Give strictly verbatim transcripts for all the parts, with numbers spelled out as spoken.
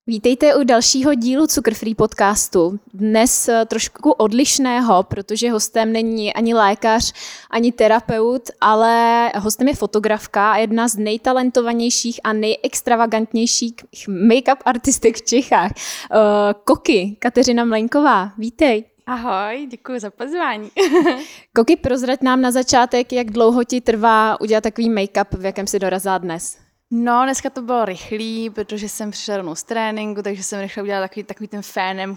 Vítejte u dalšího dílu Cukr Free podcastu. Dnes trošku odlišného, protože hostem není ani lékař, ani terapeut, ale hostem je fotografka a jedna z nejtalentovanějších a nejextravagantnějších make-up artistek v Čechách. Koky, Kateřina Mlejnková, vítej. Ahoj, děkuji za pozvání. Koky, prozrať nám na začátek, jak dlouho ti trvá udělat takový make-up, v jakém si dorazila dnes. No, dneska to bylo rychlý, protože jsem přišla rovnou z tréninku, takže jsem rychle udělala takový, takový ten fénem.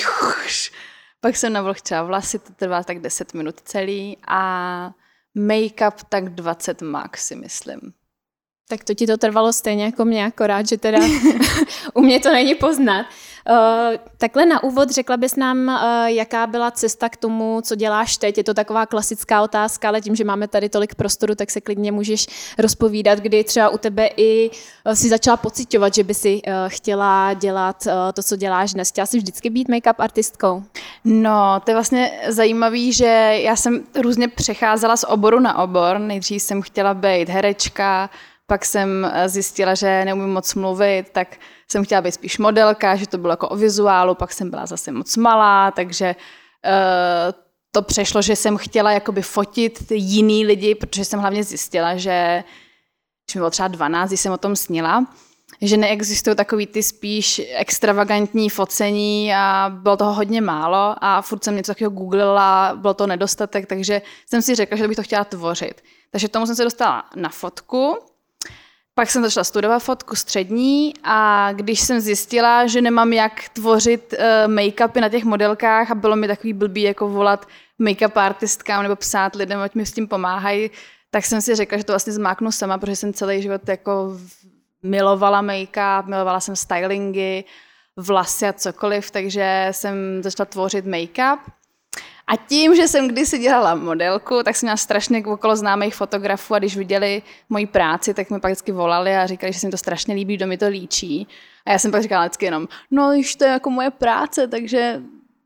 Pak jsem navlhčila vlasy, to trvá tak deset minut celý a make-up tak dvacet max, si myslím. Tak to ti to trvalo stejně jako mě, akorát, že teda u mě to není poznat. Uh, takhle na úvod řekla bys nám, uh, jaká byla cesta k tomu, co děláš teď. Je to taková klasická otázka, ale tím, že máme tady tolik prostoru, tak se klidně můžeš rozpovídat, kdy třeba u tebe i uh, si začala pociťovat, že by si uh, chtěla dělat uh, to, co děláš dnes. Chtěla jsi vždycky být make-up artistkou? No, to je vlastně zajímavý, že já jsem různě přecházela z oboru na obor. Nejdřív jsem chtěla být herečka, pak jsem zjistila, že neumím moc mluvit, tak jsem chtěla být spíš modelka, že to bylo jako o vizuálu, pak jsem byla zase moc malá, takže uh, to přešlo, že jsem chtěla jakoby fotit jiný lidi, protože jsem hlavně zjistila, že když mi bylo třeba dvanáct, když jsem o tom snila, že neexistují takový ty spíš extravagantní focení a bylo toho hodně málo a furt jsem něco takového googlila, bylo to nedostatek, takže jsem si řekla, že bych to chtěla tvořit. Takže tomu jsem se dostala na fotku. Pak jsem začala studovat fotku střední a když jsem zjistila, že nemám jak tvořit uh, make-upy na těch modelkách a bylo mi takový blbý jako volat make-up artistkám nebo psát lidem, ať mi s tím pomáhají, tak jsem si řekla, že to vlastně zmáknu sama, protože jsem celý život jako milovala make-up, milovala jsem stylingy, vlasy a cokoliv, takže jsem začala tvořit make-up. A tím, že jsem kdysi dělala modelku, tak jsem měla strašně okolo známých fotografů a když viděli moji práci, tak mi pak vždycky volali a říkali, že se mi to strašně líbí, kdo mi to líčí. A já jsem pak říkala vždycky jenom, no už to je jako moje práce, takže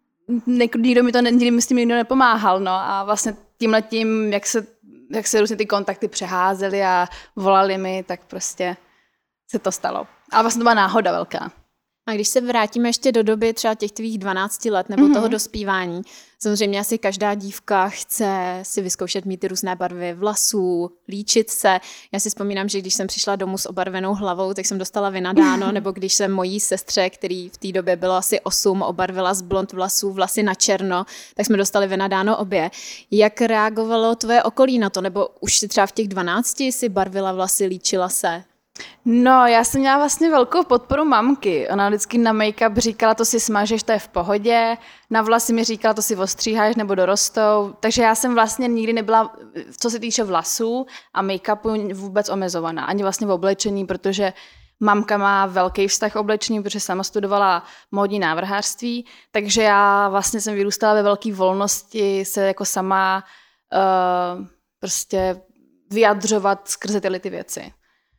nikdo mi to nikdy mi s tím nikdo nepomáhal. No. A vlastně tímhletím, jak se, jak se různě ty kontakty přeházely a volali mi, tak prostě se to stalo. A vlastně to byla náhoda velká. A když se vrátíme ještě do doby třeba těch tvých dvanácti let nebo mm-hmm. toho dospívání, samozřejmě asi každá dívka chce si vyzkoušet mít ty různé barvy vlasů, líčit se. Já si vzpomínám, že když jsem přišla domů s obarvenou hlavou, tak jsem dostala vynadáno, nebo když jsem mojí sestře, který v té době bylo asi osm, obarvila z blond vlasů vlasy na černo, tak jsme dostali vynadáno obě. Jak reagovalo tvoje okolí na to? Nebo už si třeba v těch dvanácti si barvila vlasy, líčila se? No, já jsem měla vlastně velkou podporu mamky. Ona vždycky na make-up říkala, to si smažeš, to je v pohodě. Na vlasy mi říkala, to si ostříháš nebo dorostou. Takže já jsem vlastně nikdy nebyla, co se týče vlasů a make-upu, vůbec omezovaná. Ani vlastně v oblečení, protože mamka má velký vztah k oblečení, protože sama studovala módní návrhářství. Takže já vlastně jsem vyrůstala ve velké volnosti se jako sama uh, prostě vyjadřovat skrze tyhle ty věci.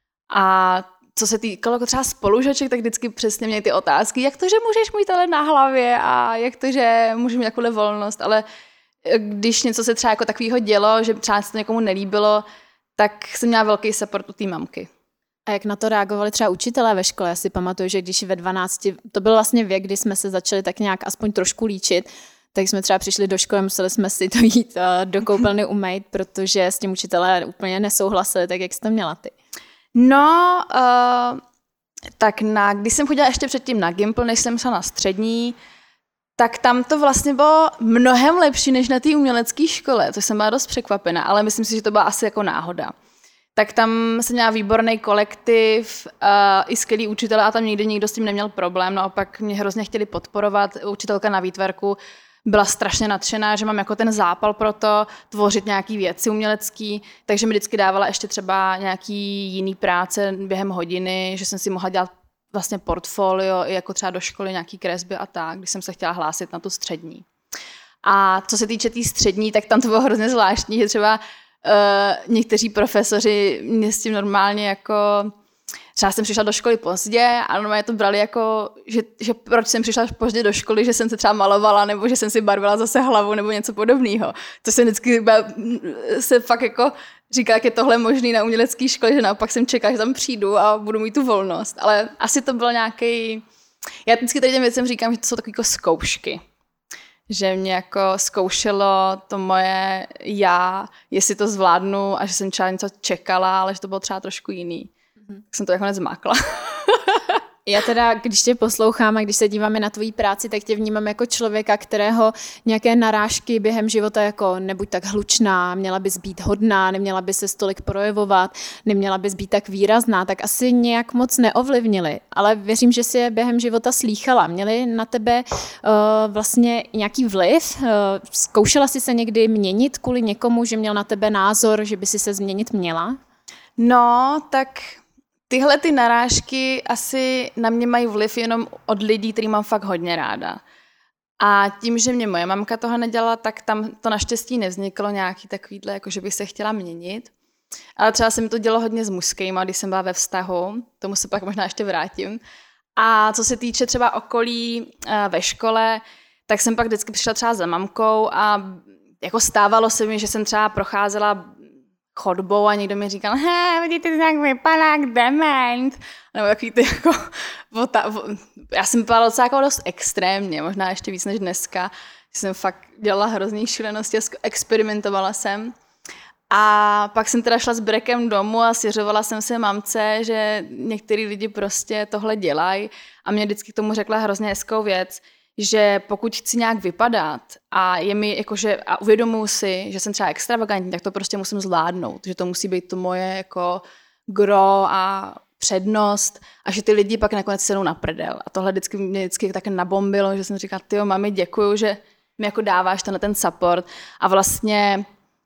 A co se týkalo třeba spolužaček, tak vždycky přesně měly ty otázky, jak to, že můžeš mít tohle na hlavě a jak to, že můžeš mít takovou volnost, ale když něco se třeba jako takového dělo, že třeba se to někomu nelíbilo, tak jsem měla velký support u té mamky. A jak na to reagovali třeba učitelé ve škole? Já si pamatuju, že když ve dvanácti, to byl vlastně věk, kdy jsme se začali tak nějak aspoň trošku líčit, tak jsme třeba přišli do školy, museli jsme si to jít do koupelny umýt, protože s tím učitelé úplně nesouhlasili, tak jak jsi to měla ty? No, uh, tak na, když jsem chodila ještě předtím na Gimpl, než jsem šla na střední, tak tam to vlastně bylo mnohem lepší než na té umělecké škole, což jsem byla dost překvapená, ale myslím si, že to byla asi jako náhoda. Tak tam jsem měla výborný kolektiv, uh, i skvělý učitelé a tam nikdy nikdo s tím neměl problém, naopak mě hrozně chtěli podporovat, učitelka na výtvarku byla strašně nadšená, že mám jako ten zápal pro to tvořit nějaký věci umělecký, takže mi vždycky dávala ještě třeba nějaký jiný práce během hodiny, že jsem si mohla dělat vlastně portfolio i jako třeba do školy nějaký kresby a tak, když jsem se chtěla hlásit na tu střední. A co se týče té tý střední, tak tam to bylo hrozně zvláštní, že třeba uh, někteří profesoři mě s tím normálně jako třeba jsem přišla do školy pozdě a normálně to brali jako, že, že proč jsem přišla pozdě do školy, že jsem se třeba malovala nebo že jsem si barvila zase hlavu nebo něco podobného. To se vždycky se fakt jako říká, jak je tohle možný na umělecké škole, že naopak jsem čekala, že tam přijdu a budu mít tu volnost. Ale asi to byl nějaký Já vždycky tady těm věcem říkám, že to jsou takové jako zkoušky. Že mě jako zkoušelo to moje já, jestli to zvládnu a že jsem třeba něco čekala, ale že to bylo třeba trošku jiný. Mm-hmm. Tak jsem to jako nezmákla. Já teda, když tě poslouchám a když se díváme na tvoji práci, tak tě vnímám jako člověka, kterého nějaké narážky během života jako nebuď tak hlučná, měla bys být hodná, neměla by se tolik projevovat, neměla bys být tak výrazná, tak asi nějak moc neovlivnili. Ale věřím, že si je během života slýchala. Měli na tebe uh, vlastně nějaký vliv? Uh, zkoušela jsi se někdy měnit kvůli někomu, že měl na tebe názor, že by si se změnit měla? No, tak... Tyhle ty narážky asi na mě mají vliv jenom od lidí, který mám fakt hodně ráda. A tím, že mě moje mamka toho nedělala, tak tam to naštěstí nevzniklo nějaký takovýhle, jako že bych se chtěla měnit. Ale třeba se mi to dělo hodně s mužskýma, když jsem byla ve vztahu, tomu se pak možná ještě vrátím. A co se týče třeba okolí ve škole, tak jsem pak vždycky přišla třeba za mamkou a jako stávalo se mi, že jsem třeba procházela chodbou a někdo mi říkal, he, vidíte, ty jak vypadá jak dement. Nebo jaký ty jako, vota, já jsem vypadala docela jako dost extrémně, možná ještě víc než dneska. Jsem fakt dělala hrozný šílenosti, experimentovala jsem. A pak jsem teda šla s brekem domů a svěřovala jsem se mamce, že některý lidi prostě tohle dělají. A mě vždycky k tomu řekla hrozně hezkou věc, že pokud chci nějak vypadat a je mi jakože, a uvědomuji si, že jsem třeba extravagantní, tak to prostě musím zvládnout, že to musí být to moje jako gro a přednost a že ty lidi pak nakonec sedou na prdel. A tohle vždycky mě vždycky tak nabombilo, že jsem říkala, tyjo, mami, děkuju, že mi jako dáváš tenhle ten support. A vlastně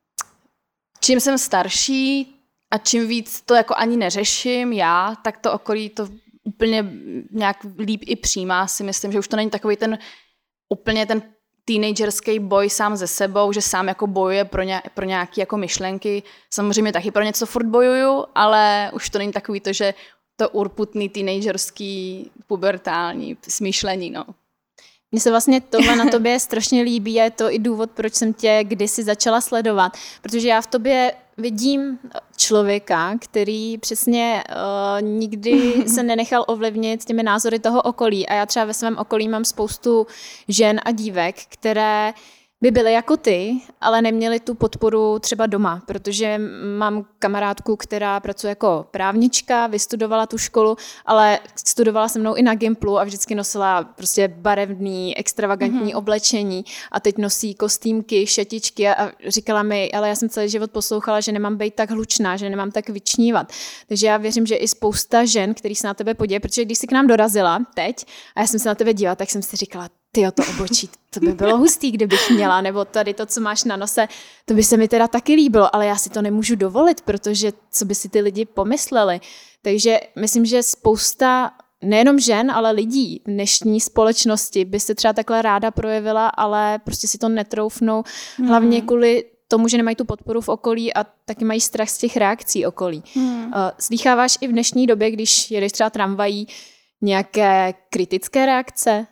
čím jsem starší a čím víc to jako ani neřeším já, tak to okolí to úplně nějak líp i přijímá, si myslím, že už to není takový ten úplně ten teenagerský boj sám ze sebou, že sám jako bojuje pro, ně, pro nějaké jako myšlenky. Samozřejmě taky pro něco furt bojuju, ale už to není takový to, že to urputný teenagerský pubertální smýšlení, no. Mně se vlastně tohle na tobě strašně líbí, je to i důvod, proč jsem tě kdysi začala sledovat, protože já v tobě vidím člověka, který přesně uh, nikdy se nenechal ovlivnit těmi názory toho okolí a já třeba ve svém okolí mám spoustu žen a dívek, které by byly jako ty, ale neměly tu podporu třeba doma, protože mám kamarádku, která pracuje jako právnička, vystudovala tu školu, ale studovala se mnou i na Gimplu a vždycky nosila prostě barevný, extravagantní mm-hmm. oblečení a teď nosí kostýmky, šatičky a říkala mi, ale já jsem celý život poslouchala, že nemám být tak hlučná, že nemám tak vyčnívat. Takže já věřím, že i spousta žen, který se na tebe podívají, protože když jsi k nám dorazila teď a já jsem se na tebe dívala, tak jsem si říkala, tyjo, to obočí, to by bylo hustý, kdybych měla, nebo tady to, co máš na nose, to by se mi teda taky líbilo, ale já si to nemůžu dovolit, protože co by si ty lidi pomysleli. Takže myslím, že spousta nejenom žen, ale lidí v dnešní společnosti by se třeba takhle ráda projevila, ale prostě si to netroufnou, hlavně kvůli tomu, že nemají tu podporu v okolí a taky mají strach z těch reakcí okolí. Hmm. Slýcháváš i v dnešní době, když jedeš třeba tramvají, nějaké kritické reakce?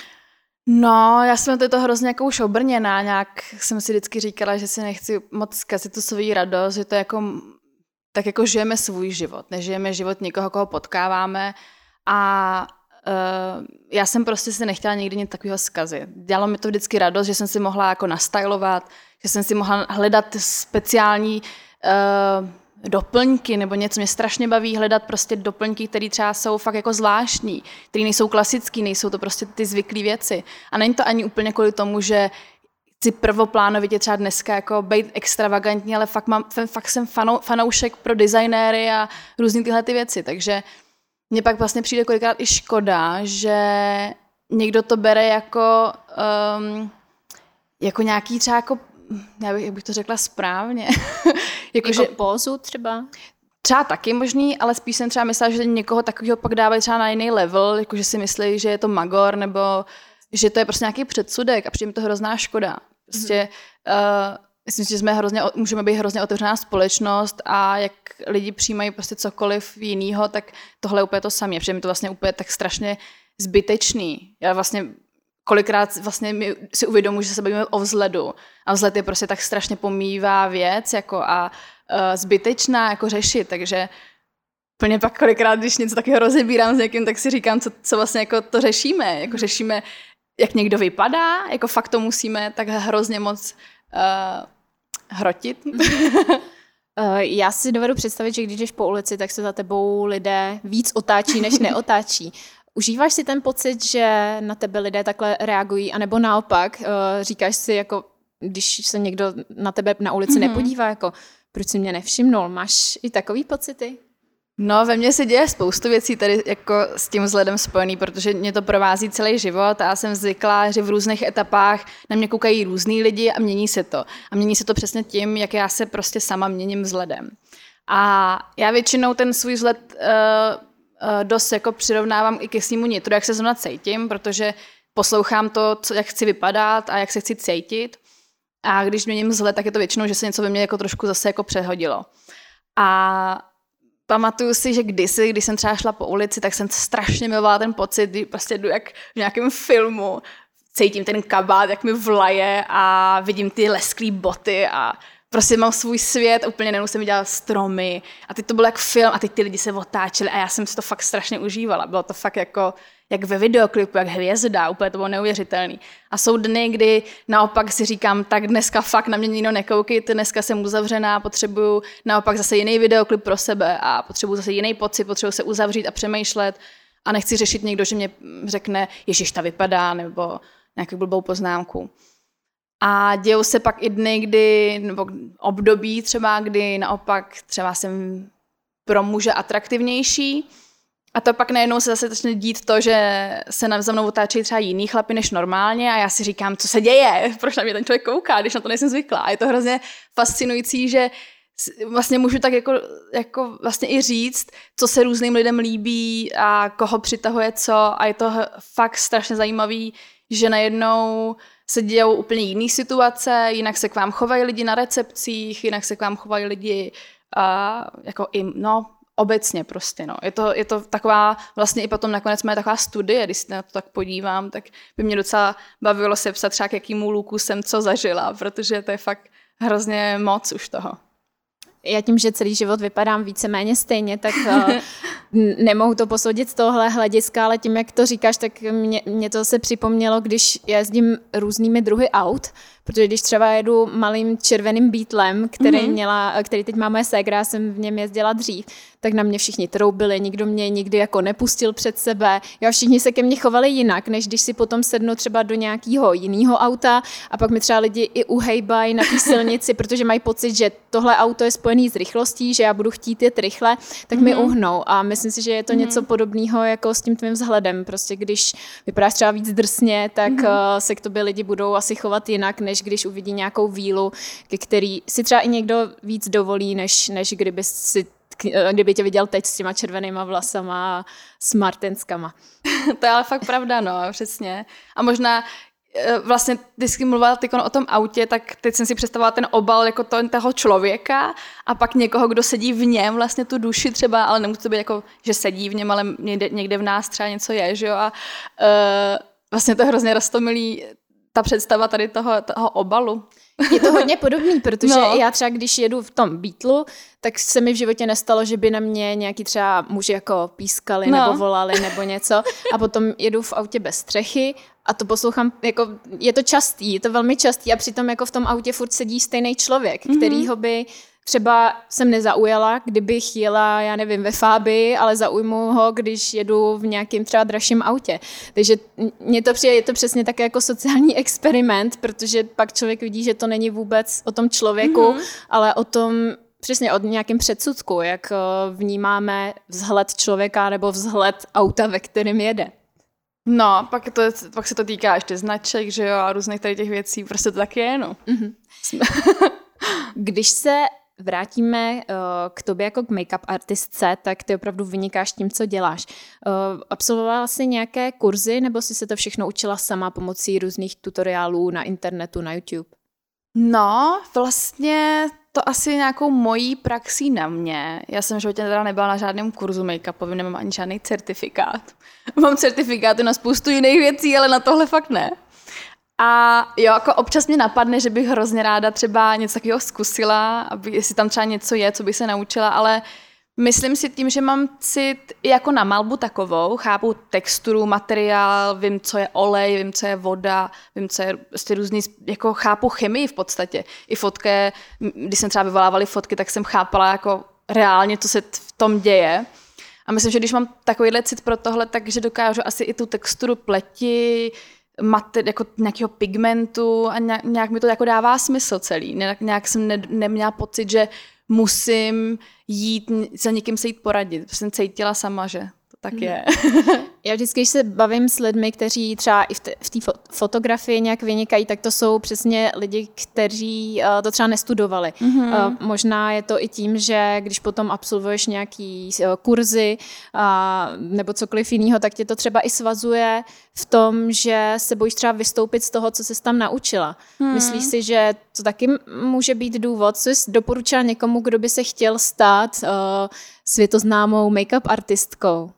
No, já jsem to, to hrozně jako už obrněná, nějak jsem si vždycky říkala, že si nechci moc zkazit tu svou radost, že to jako, tak jako žijeme svůj život, nežijeme život někoho, koho potkáváme a uh, já jsem prostě si nechtěla nikdy nic takového zkazit. Dělalo mi to vždycky radost, že jsem si mohla jako nastylovat, že jsem si mohla hledat speciální uh, doplňky nebo něco. Mě strašně baví hledat prostě doplňky, které třeba jsou fakt jako zvláštní, které nejsou klasický, nejsou to prostě ty zvyklé věci. A není to ani úplně kvůli tomu, že chci prvoplánovitě třeba dneska jako být extravagantní, ale fakt, mám, fakt jsem fanou, fanoušek pro designéry a různý tyhle ty věci. Takže mně pak vlastně přijde kolikrát i škoda, že někdo to bere jako, um, jako nějaký třeba jako já bych, jak bych to řekla správně. jako, jako že, pózu třeba? Třeba taky možný, ale spíš jsem třeba myslela, že někoho takového pak dávají třeba na jiný level, jakože si myslí, že je to magor, nebo že to je prostě nějaký předsudek a přijde mi to hrozná škoda. Prostě hmm. uh, myslím, že jsme hrozně, můžeme být hrozně otevřená společnost a jak lidi přijímají prostě cokoliv jinýho, tak tohle je úplně to samé. Přijde mi to vlastně úplně tak strašně zbytečný. Já vlastně kolikrát vlastně si uvědomuji, že se bavíme o vzhledu. A vzhled je prostě tak strašně pomíjivá věc jako a uh, zbytečná jako řešit, takže Plně pak kolikrát, když něco takového rozebírám s někým, tak si říkám, co, co vlastně jako to řešíme. Jako řešíme, jak někdo vypadá, jako fakt to musíme tak hrozně moc uh, hrotit. Já si dovedu představit, že když jdeš po ulici, tak se za tebou lidé víc otáčí, než neotáčí. Užíváš si ten pocit, že na tebe lidé takhle reagují, anebo naopak říkáš si, jako, když se někdo na tebe na ulici mm-hmm. nepodívá, jako, proč si mě nevšimnul? Máš i takový pocity? No, ve mně se děje spoustu věcí tady jako s tím vzhledem spojený, protože mě to provází celý život a já jsem zvyklá, že v různých etapách na mě koukají různý lidi a mění se to. A mění se to přesně tím, jak já se prostě sama měním vzhledem. A já většinou ten svůj vzhled uh, uh, dost jako přirovnávám i ke svému nitru, jak se zrovna cítím, protože poslouchám to, co, jak chci vypadat a jak se chci cítit. A když měním vzhled, tak je to většinou, že se něco ve mně jako trošku zase jako přehodilo. A pamatuju si, že kdysi, když jsem třeba šla po ulici, tak jsem strašně milovala ten pocit, kdy prostě jdu jak v nějakém filmu, cítím ten kabát, jak mi vlaje a vidím ty lesklý boty a prostě mám svůj svět, úplně nemusím dělat stromy a teď to bylo jak film a teď ty lidi se otáčeli a já jsem si to fakt strašně užívala. Bylo to fakt jako jak ve videoklipu, jak hvězda, úplně to bylo neuvěřitelný. A jsou dny, kdy naopak si říkám, tak dneska fakt na mě nikdo nekoukejte, dneska jsem uzavřená, potřebuju naopak zase jiný videoklip pro sebe a potřebuju zase jiný pocit, potřebuju se uzavřít a přemýšlet a nechci řešit někdo, že mě řekne, ježiš, ta vypadá, nebo nějakou blbou poznámku. A dějou se pak i dny, kdy, nebo období třeba, kdy naopak třeba jsem pro muže atraktivnější. A to pak najednou se zase začne dít to, že se na za mnou otáčejí třeba jiný chlapi než normálně a já si říkám, co se děje, proč na mě ten člověk kouká, když na to nejsem zvyklá. A je to hrozně fascinující, že vlastně můžu tak jako, jako vlastně i říct, co se různým lidem líbí a koho přitahuje co a je to fakt strašně zajímavý, že najednou se dějou úplně jiné situace, jinak se k vám chovají lidi na recepcích, jinak se k vám chovají lidi a jako i, no, obecně prostě, no. Je to, je to taková, vlastně i potom nakonec moje taková studie, když se na to tak podívám, tak by mě docela bavilo se psat třeba k jakýmu luku jsem co zažila, protože to je fakt hrozně moc už toho. Já tím, že celý život vypadám víceméně stejně, tak uh, nemohu to posoudit z tohohle hlediska, ale tím, jak to říkáš, tak mě, mě to se připomnělo, když jezdím různými druhy aut, protože když třeba jedu malým červeným Beetlem, který, mm-hmm. měla, který teď má moje ségra, jsem v něm jezdila dřív, tak na mě všichni troubili, nikdo mě nikdy jako nepustil před sebe. Jo, všichni se ke mně chovali jinak, než když si potom sednu třeba do nějakého jiného auta a pak mi třeba lidi i uhejbají na té silnici, protože mají pocit, že tohle auto je spojený s rychlostí, že já budu chtít jet rychle, tak mm-hmm. mi uhnou. A myslím si, že je to mm-hmm. něco podobného jako s tím tvým vzhledem. Prostě když vypadáš třeba víc drsně, tak mm-hmm. se k tobě lidi budou asi chovat jinak, než když uvidí nějakou vílu, ke který si třeba i někdo víc dovolí, než, než kdyby si kdyby tě viděl teď s těma červenýma vlasama a s martenskama. To je ale fakt pravda, no, přesně. A možná vlastně, když jsi mluvila o tom autě, tak teď jsem si představovala ten obal jako to, toho člověka a pak někoho, kdo sedí v něm, vlastně tu duši třeba, ale nemusí to být jako, že sedí v něm, ale někde, někde v nás třeba něco je, že jo, a uh, vlastně to hrozně roztomilý ta představa tady toho, toho obalu. Je to hodně podobný, protože no. já třeba, když jedu v tom Beatlu, tak se mi v životě nestalo, že by na mě nějaký třeba muži jako pískali no. nebo volali nebo něco a potom jedu v autě bez střechy a to poslouchám, jako je to častý, je to velmi častý a přitom jako v tom autě furt sedí stejný člověk, mm-hmm. kterýho by třeba jsem nezaujala, kdybych jela, já nevím, ve Fábii, ale zaujmu ho, když jedu v nějakém třeba dražším autě. Takže mně to přijde, je to přesně také jako sociální experiment, protože pak člověk vidí, že to není vůbec o tom člověku, mm-hmm. ale o tom přesně o nějakém předsudku, jak vnímáme vzhled člověka nebo vzhled auta, ve kterém jede. No, pak, to, pak se to týká ještě značek, že jo, a různých tady těch věcí, prostě to tak je, no. Mm-hmm. Když se vrátíme uh, k tobě jako k make-up artistce, tak ty opravdu vynikáš tím, co děláš. Uh, absolvovala jsi nějaké kurzy, nebo jsi se to všechno učila sama pomocí různých tutoriálů na internetu, na YouTube? No, vlastně to asi nějakou mojí praxí na mě. Já jsem v životě teda nebyla na žádném kurzu make-upovým, nemám ani žádný certifikát. Mám certifikáty na spoustu jiných věcí, ale na tohle fakt ne. A jo, jako občas mě napadne, že bych hrozně ráda třeba něco takového zkusila, aby, jestli tam třeba něco je, co bych se naučila, ale Myslím si tím, že mám cit jako na malbu takovou, chápu texturu, materiál, vím, co je olej, vím, co je voda, vím, co je prostě různý, jako chápu chemii v podstatě. I fotky, když jsem třeba vyvolávali fotky, tak jsem chápala jako reálně, co se v tom děje. A myslím, že když mám takovýhle cit pro tohle, takže dokážu asi i tu texturu pleti, mater, jako nějakého pigmentu a nějak, nějak mi to jako dává smysl celý. Nějak, nějak jsem ne, neměla pocit, že musím jít za někým se jít poradit. Jsem cítila sama, že to tak je. Já vždycky, když se bavím s lidmi, kteří třeba i v té v fotografii nějak vynikají, tak to jsou přesně lidi, kteří uh, to třeba nestudovali. Mm-hmm. Uh, možná je to i tím, že když potom absolvuješ nějaký uh, kurzy uh, nebo cokoliv jiného, tak tě to třeba i svazuje v tom, že se bojíš třeba vystoupit z toho, co jsi tam naučila. Mm. Myslíš si, že to taky může být důvod, co jsi doporučila někomu, kdo by se chtěl stát uh, světoznámou make-up artistkou?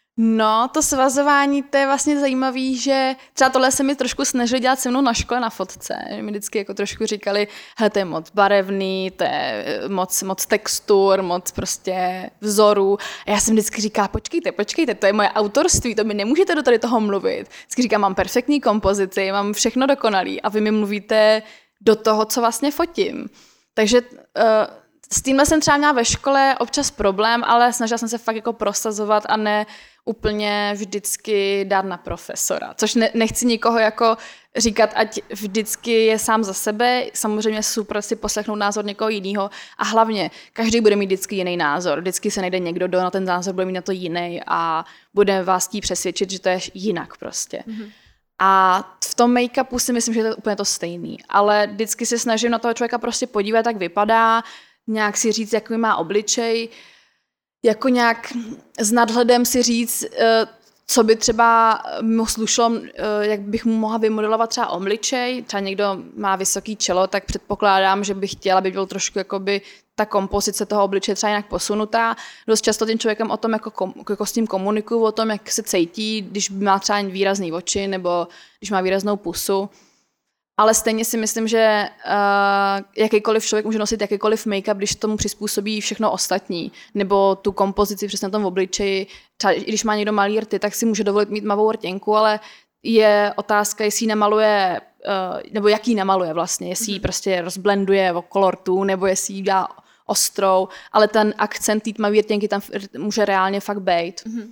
No, to svazování, to je vlastně zajímavý, že třeba tohle se mi trošku snažili dělat se mnou na škole na fotce. Že mi vždycky jako trošku říkali, hele, to je moc barevný, to je moc, moc textur, moc prostě vzorů. A já jsem vždycky říkala, počkejte, počkejte, to je moje autorství, to mi nemůžete do tady toho mluvit. Vždycky říkám, mám perfektní kompozici, mám všechno dokonalý a vy mi mluvíte do toho, co vlastně fotím. Takže uh, s tímhle jsem třeba měla ve škole občas problém, ale snažila jsem se fakt jako prosazovat a ne úplně vždycky dát na profesora. Což ne, nechci nikoho jako říkat, ať vždycky je sám za sebe. Samozřejmě super si poslechnout názor někoho jiného a hlavně každý bude mít vždycky jiný názor. Vždycky se najde někdo, kdo na ten názor bude mít na to jiný a bude vás tí přesvědčit, že to je jinak prostě. Mm-hmm. A v tom make-upu si myslím, že to je úplně to stejný. Ale vždycky se snažím na toho člověka prostě podívat, jak vypadá, nějak si říct, jaký má obličej, jako nějak s nadhledem si říct, co by třeba mu slušlo, jak bych mu mohla vymodelovat třeba obličej. Třeba někdo má vysoký čelo, tak předpokládám, že bych chtěla, aby byl trošku jakoby ta kompozice toho obličeje třeba nějak posunutá. Dost často tím člověkem o tom jako, kom, jako s tím komunikuju, o tom, jak se cítí, když má třeba výrazný oči nebo když má výraznou pusu. Ale stejně si myslím, že uh, jakýkoliv člověk může nosit jakýkoliv make-up, když tomu přizpůsobí všechno ostatní. Nebo tu kompozici přesně na tom obličeji. Třeba i když má někdo malý rty, tak si může dovolit mít tmavou rtěnku, ale je otázka, jestli ji namaluje, uh, nebo jaký namaluje vlastně. Jestli ji prostě rozblenduje okolo rtů, nebo jestli ji dá ostrou. Ale ten akcent té tmavé rtěnky tam může reálně fakt být. Mm-hmm.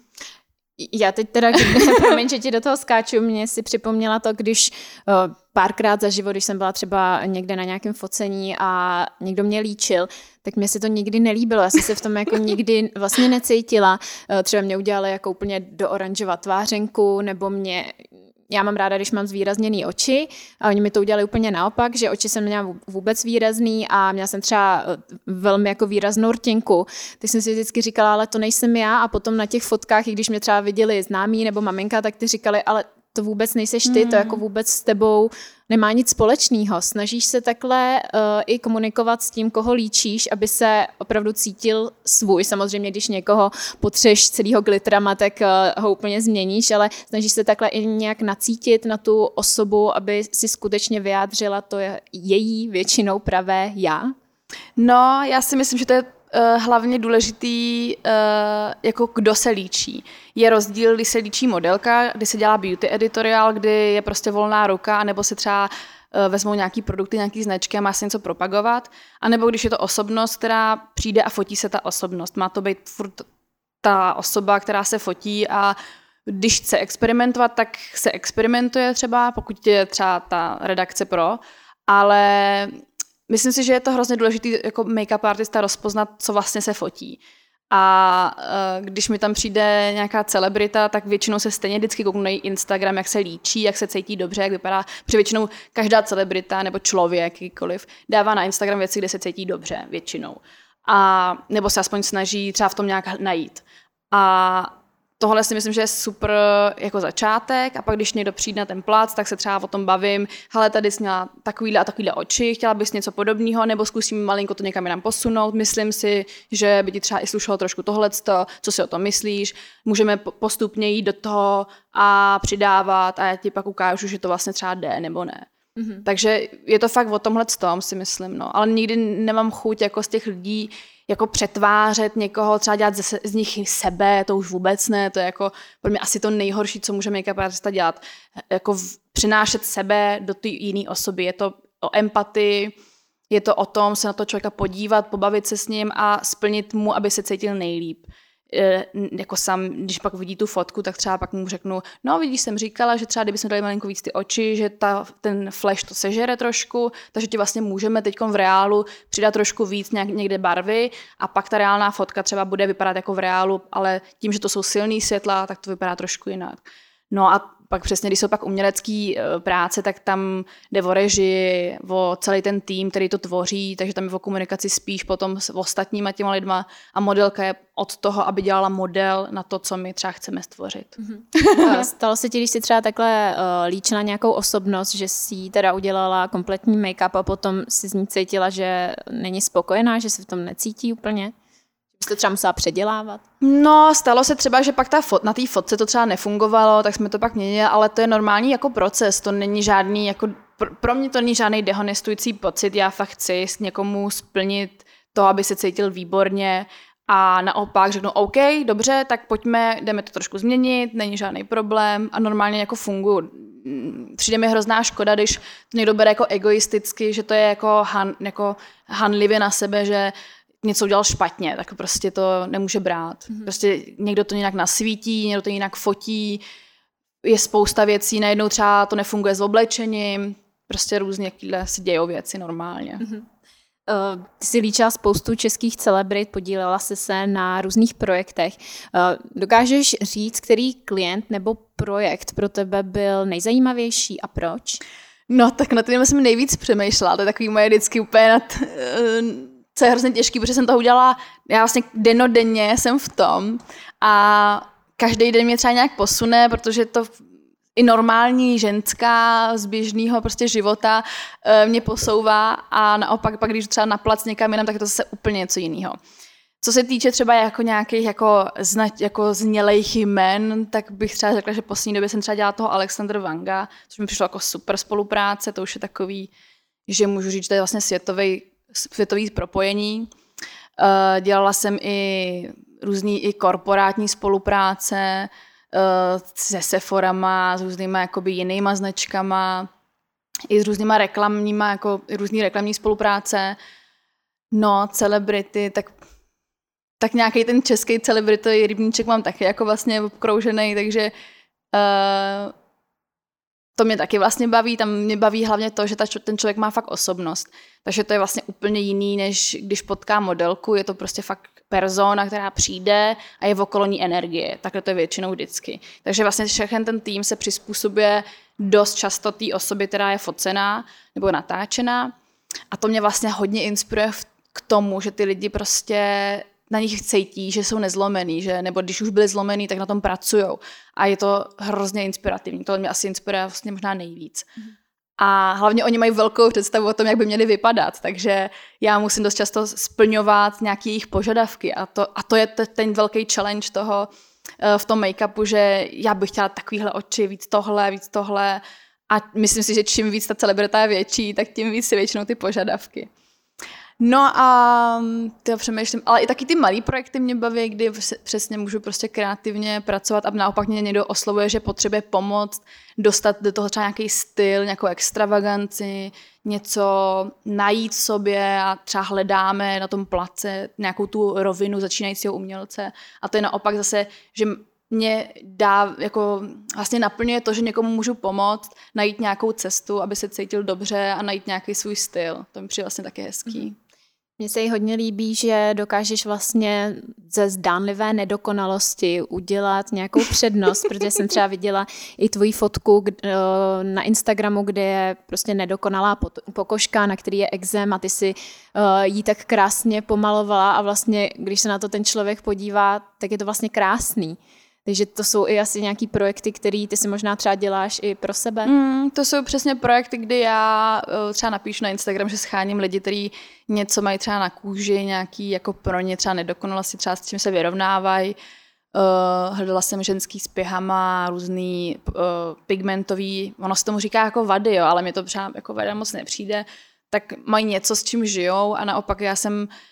Já teď teda, promiň, že ti do toho skáču, mě si připomněla to, když uh, párkrát za život, když jsem byla třeba někde na nějakém focení a někdo mě líčil, tak mě se to nikdy nelíbilo. Já jsem se v tom jako nikdy vlastně necítila. Uh, třeba mě udělali jako úplně do oranžova tvářenku, nebo mě... Já mám ráda, když mám zvýrazněný oči a oni mi to udělali úplně naopak, že oči jsem měla vůbec výrazný a měla jsem třeba velmi jako výraznou rtěnku. Tak jsem si vždycky říkala, ale to nejsem já a potom na těch fotkách, i když mě třeba viděli známí nebo maminka, tak ty říkali, ale to vůbec nejseš ty, hmm. to jako vůbec s tebou nemá nic společného. Snažíš se takhle uh, i komunikovat s tím, koho líčíš, aby se opravdu cítil svůj. Samozřejmě, když někoho potřeš celýho glitrama, tak uh, ho úplně změníš, ale snažíš se takhle i nějak nacítit na tu osobu, aby si skutečně vyjádřila to je její většinou pravé já? No, já si myslím, že to je uh, hlavně důležitý, uh, jako kdo se líčí. Je rozdíl, když se líčí modelka, kdy se dělá beauty editorial, kdy je prostě volná ruka, anebo se třeba uh, vezmou nějaký produkty, nějaký značky a má se něco propagovat, anebo když je to osobnost, která přijde a fotí se ta osobnost. Má to být furt ta osoba, která se fotí a když chce experimentovat, tak se experimentuje třeba, pokud je třeba ta redakce pro, ale myslím si, že je to hrozně důležité jako make-up artista rozpoznat, co vlastně se fotí. A uh, když mi tam přijde nějaká celebrita, tak většinou se stejně vždycky kouknu na její Instagram, jak se líčí, jak se cítí dobře, jak vypadá. Protože většinou každá celebrita nebo člověk, jakýkoliv, dává na Instagram věci, kde se cítí dobře, většinou. A nebo se aspoň snaží třeba v tom nějak najít. A tohle si myslím, že je super jako začátek a pak když někdo přijde na ten plac, tak se třeba o tom bavím, hele, tady jsi měla takovýhle a takovýhle oči, chtěla bys něco podobného, nebo zkusím malinko to někam jinam posunout, myslím si, že by ti třeba i slušelo trošku tohleto, co si o tom myslíš, můžeme postupně jít do toho a přidávat a já ti pak ukážu, že to vlastně třeba jde nebo ne. Mm-hmm. Takže je to fakt o tomhle tom, si myslím, no. Ale nikdy nemám chuť jako z těch lidí jako přetvářet někoho, třeba dělat z, z nich sebe, to už vůbec ne, to je jako pro mě asi to nejhorší, co může make-up artista dělat, jako v, přinášet sebe do té jiné osoby, je to o empatii, je to o tom se na to člověka podívat, pobavit se s ním a splnit mu, aby se cítil nejlíp. E, jako sám, když pak vidí tu fotku, tak třeba pak mu řeknu, no vidíš, jsem říkala, že třeba kdybychom dali malinko víc ty oči, že ta, ten flash to sežere trošku, takže ti vlastně můžeme teď v reálu přidat trošku víc nějak, někde barvy a pak ta reálná fotka třeba bude vypadat jako v reálu, ale tím, že to jsou silný světla, tak to vypadá trošku jinak. No a pak přesně, když jsou pak umělecký práce, tak tam jde o režii, o celý ten tým, který to tvoří, takže tam je o komunikaci spíš potom s ostatníma těma lidma a modelka je od toho, aby dělala model na to, co my třeba chceme stvořit. Mm-hmm. Stalo se ti, když jsi třeba takhle uh, líčila nějakou osobnost, že jsi jí teda udělala kompletní make-up a potom si z ní cítila, že není spokojená, že se v tom necítí úplně? Jsi to třeba musela předělávat? No, stalo se třeba, že pak ta fot, na té fotce to třeba nefungovalo, tak jsme to pak měnili, ale to je normální jako proces, to není žádný, jako, pro, pro mě to není žádný dehonestující pocit, já fakt chci s někomu splnit to, aby se cítil výborně a naopak řeknu, OK, dobře, tak pojďme, jdeme to trošku změnit, není žádný problém a normálně jako funguji. Přijde mi hrozná škoda, když to někdo bere jako egoisticky, že to je jako, han, jako hanlivě na sebe, že něco udělal špatně, tak prostě to nemůže brát. Mm-hmm. Prostě někdo to nějak nasvítí, někdo to jinak fotí, je spousta věcí, najednou třeba to nefunguje s oblečením, prostě různě jakýhle si dějou věci normálně. Mm-hmm. Uh, ty jsi líčila spoustu českých celebrit, podílela jsi se na různých projektech. Uh, dokážeš říct, který klient nebo projekt pro tebe byl nejzajímavější a proč? No tak na tím jsem nejvíc přemýšlela, to je takový moje vždycky úplně nad... Uh, co je hrozně těžký, protože jsem toho udělala, já vlastně dennodenně jsem v tom a každý den mě třeba nějak posune, protože to i normální ženská z běžného prostě života mě posouvá a naopak pak, když třeba na plac někam jinam, tak je to zase úplně něco jiného. Co se týče třeba jako nějakých jako, znať, jako znělejch jmen, tak bych třeba řekla, že v poslední době jsem třeba dělala toho Alexandra Wanga, což mi přišlo jako super spolupráce, to už je takový, že můžu říct, že to je vlastně světový světový propojení. Dělala jsem i různý i korporátní spolupráce se Sephorama, s různýma jakoby jinýma značkama, i s různýma reklamníma, jako různý reklamní spolupráce. No, celebrity, tak, tak nějaký ten český celebrity rybníček mám taky jako vlastně obkroužený, takže uh, to mě taky vlastně baví, tam mě baví hlavně to, že ta, ten člověk má fakt osobnost. Takže to je vlastně úplně jiný, než když potká modelku, je to prostě fakt persona, která přijde a je v okolo ní energie. Takhle to je většinou vždycky. Takže vlastně všechny ten tým se přizpůsobuje dost často té osobě, která je focená nebo natáčená. A to mě vlastně hodně inspiruje k tomu, že ty lidi prostě na nich cítí, že jsou nezlomený, že, nebo když už byli zlomený, tak na tom pracujou. A je to hrozně inspirativní. To mě asi inspiruje vlastně možná nejvíc. Mm. A hlavně oni mají velkou představu o tom, jak by měli vypadat, takže já musím dost často splňovat nějaké jejich požadavky a to, a to je ten velký challenge toho v tom make-upu, že já bych chtěla takovýhle oči, víc tohle, víc tohle a myslím si, že čím víc ta celebrita je větší, tak tím víc si většinou ty požadavky. No a to přemýšlím, ale i taky ty malý projekty mě baví, kdy přesně můžu prostě kreativně pracovat a naopak mě někdo oslovuje, že potřebuje pomoct, dostat do toho třeba nějaký styl, nějakou extravaganci, něco najít v sobě a třeba hledáme na tom place nějakou tu rovinu začínajícího umělce a to je naopak zase, že mě dá, jako vlastně naplňuje to, že někomu můžu pomoct, najít nějakou cestu, aby se cítil dobře a najít nějaký svůj styl. To mi přijde vlastně taky hezký. Mm. Mně se jí hodně líbí, že dokážeš vlastně ze zdánlivé nedokonalosti udělat nějakou přednost, protože jsem třeba viděla i tvoji fotku na Instagramu, kde je prostě nedokonalá pokožka, na který je ekzém a ty si jí tak krásně pomalovala a vlastně, když se na to ten člověk podívá, tak je to vlastně krásný. Takže to jsou i asi nějaký projekty, které ty si možná třeba děláš i pro sebe. Mm, to jsou přesně projekty, kdy já třeba napíšu na Instagram, že scháním lidi, kteří něco mají třeba na kůži, nějaký jako pro ně třeba nedokonalosti, třeba s čím se vyrovnávají. Uh, hledala jsem ženský s pěhama, různý uh, pigmentový, ono se tomu říká jako vady, jo, ale mě to třeba jako vada moc nepřijde, tak mají něco, s čím žijou a naopak já jsem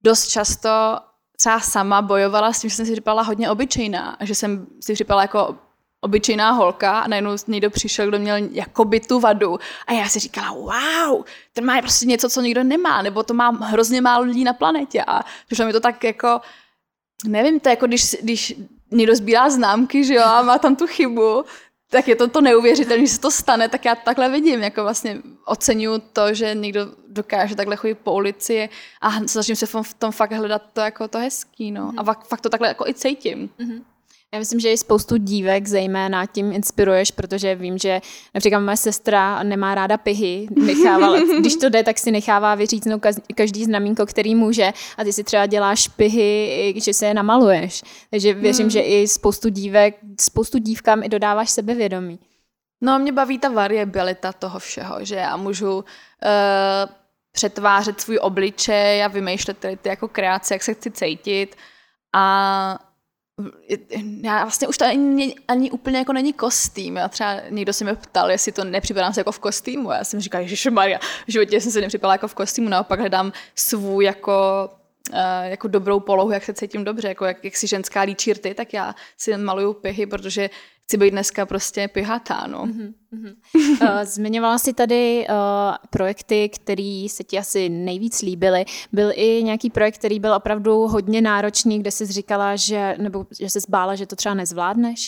dost často třeba sama bojovala s tím, že jsem si připadala hodně obyčejná, že jsem si připadala jako obyčejná holka a najednou někdo přišel, kdo měl jakoby tu vadu a já si říkala, wow, ten má prostě něco, co nikdo nemá, nebo to má hrozně málo lidí na planetě a přišlo mi to tak jako, nevím, to je jako když, když někdo sbírá známky, že jo, a má tam tu chybu, tak je to to neuvěřitelné, že se to stane, tak já to takhle vidím, jako vlastně oceňuju to, že někdo dokáže takhle chodit po ulici a snažím se v tom fakt hledat to jako to hezký, no. Mm-hmm. A fakt to takhle jako i cítím. Mm-hmm. Já myslím, že i spoustu dívek zejména tím inspiruješ, protože vím, že například moje sestra nemá ráda pihy, nechávala, když to jde, tak si nechává vyříznout každý znamínko, který může a ty si třeba děláš pihy, že se je namaluješ. Takže věřím, hmm. že i spoustu dívek, spoustu dívkám i dodáváš sebevědomí. No mě baví ta variabilita toho všeho, že já můžu uh, přetvářet svůj obličej a vymýšlet tady ty jako kreace, jak se chci cítit a já vlastně už to ani, ani úplně jako není kostým. Já třeba někdo se mě ptal, jestli to nepřipadám se jako v kostýmu. Já jsem říkala, ježišmarja, v životě jsem se nepřipadala jako v kostýmu, naopak hledám svůj jako, uh, jako dobrou polohu, jak se cítím dobře, jako jak, jak si ženská líčí rty, tak já si maluju pihy, protože chci být dneska prostě pihatá, no. Mm-hmm, mm-hmm. Zmiňovala jsi tady uh, projekty, které se ti asi nejvíc líbily. Byl i nějaký projekt, který byl opravdu hodně náročný, kde jsi říkala, že, nebo že jsi bála, že to třeba nezvládneš?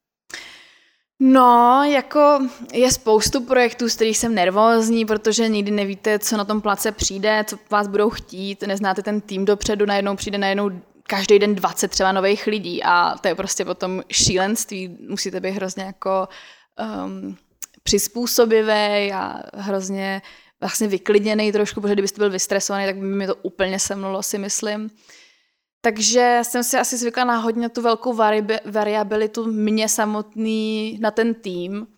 No, jako je spoustu projektů, z kterých jsem nervózní, protože nikdy nevíte, co na tom place přijde, co vás budou chtít, neznáte ten tým dopředu, najednou přijde najednou každý den dvacet třeba nových lidí a to je prostě potom šílenství, musíte být hrozně jako um, přizpůsobivý a hrozně vlastně vyklidněný trošku, protože kdybyste byl vystresovaný, tak by mi to úplně semnulo, si myslím. Takže jsem si asi zvykla na hodně tu velkou vari- variabilitu mě samotný na ten tým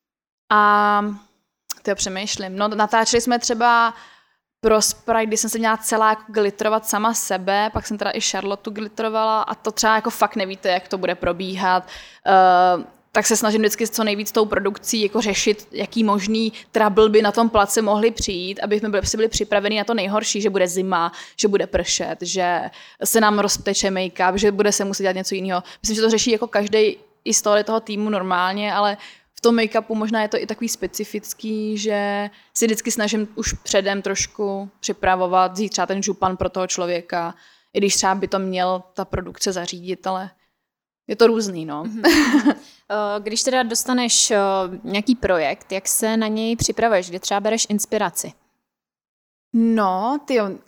a to přemýšlím. No, natáčeli jsme třeba pro Sprite, kdy jsem se měla celá jako glitterovat sama sebe, pak jsem teda i Charlotte glitterovala a to třeba jako fakt nevíte, jak to bude probíhat. Uh, tak se snažím vždycky co nejvíc tou produkcí jako řešit, jaký možný trouble by na tom place mohli přijít, aby jsme byli, byli připraveni na to nejhorší, že bude zima, že bude pršet, že se nám rozteče make-up, že bude se muset dělat něco jiného. Myslím, že to řeší jako každý i z toho týmu normálně, ale v tom make-upu možná je to i takový specifický, že si vždycky snažím už předem trošku připravovat, vzít třeba ten župan pro toho člověka, i když třeba by to měl ta produkce zařídit, ale je to různý, no. Když teda dostaneš nějaký projekt, jak se na něj připravuješ, kde třeba bereš inspiraci? No, tyjo, uh,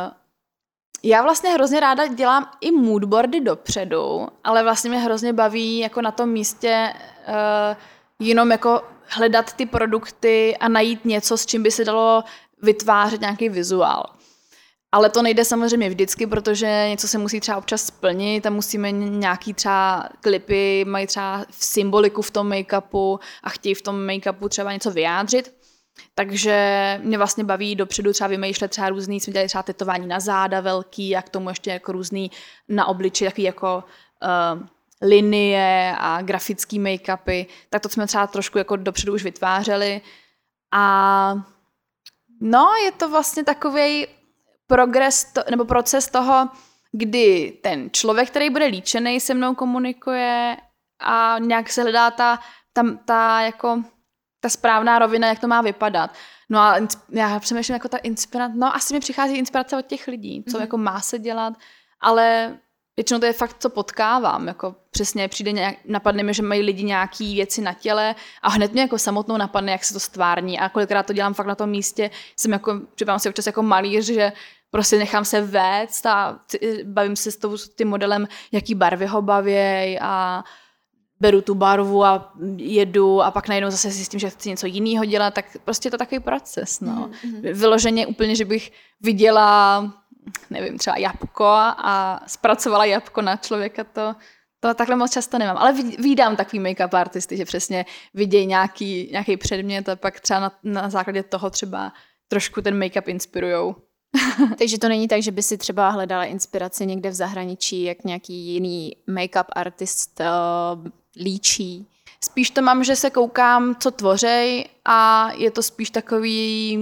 já vlastně hrozně ráda dělám i moodboardy dopředu, ale vlastně mě hrozně baví jako na tom místě uh, jenom jako hledat ty produkty a najít něco, s čím by se dalo vytvářet nějaký vizuál. Ale to nejde samozřejmě vždycky, protože něco se musí třeba občas splnit a musíme nějaký třeba klipy, mají třeba symboliku v tom make-upu a chtějí v tom make-upu třeba něco vyjádřit. Takže mě vlastně baví dopředu třeba vymýšlet třeba různý, jsme dělali třeba tetování na záda velký a k tomu ještě jako různý na obliči, takový jako uh, linie a grafický make-upy. Tak to jsme třeba trošku jako dopředu už vytvářeli. A no, je to vlastně takovej progres to, nebo proces toho, kdy ten člověk, který bude líčený, se mnou komunikuje a nějak se hledá ta, ta, ta, jako, ta správná rovina, jak to má vypadat. No a já přemýšlím jako ta inspirace, no asi mi přichází inspirace od těch lidí, co mm-hmm. jako má se dělat, ale většinou to je fakt, co potkávám, jako přesně přijde nějak, napadne mi, že mají lidi nějaký věci na těle a hned mě jako samotnou napadne, jak se to stvární a kolikrát to dělám fakt na tom místě, jsem jako, připadám si občas jako malíř, že prostě nechám se vést a bavím se s tou, tím modelem, jaký barvy ho bavěj a beru tu barvu a jedu a pak najednou zase zjistím, že chci něco jiného dělat, tak prostě je to takový proces, no. Mm-hmm. Vyloženě úplně, že bych viděla, nevím, třeba jabko a zpracovala jabko na člověka, to, to takhle moc často nemám. Ale vídám takový make-up artisty, že přesně vidějí nějaký, nějaký předmět a pak třeba na, na základě toho třeba trošku ten make-up inspirujou. Takže to není tak, že by si třeba hledala inspiraci někde v zahraničí, jak nějaký jiný make-up artist uh, líčí? Spíš to mám, že se koukám, co tvořej a je to spíš takový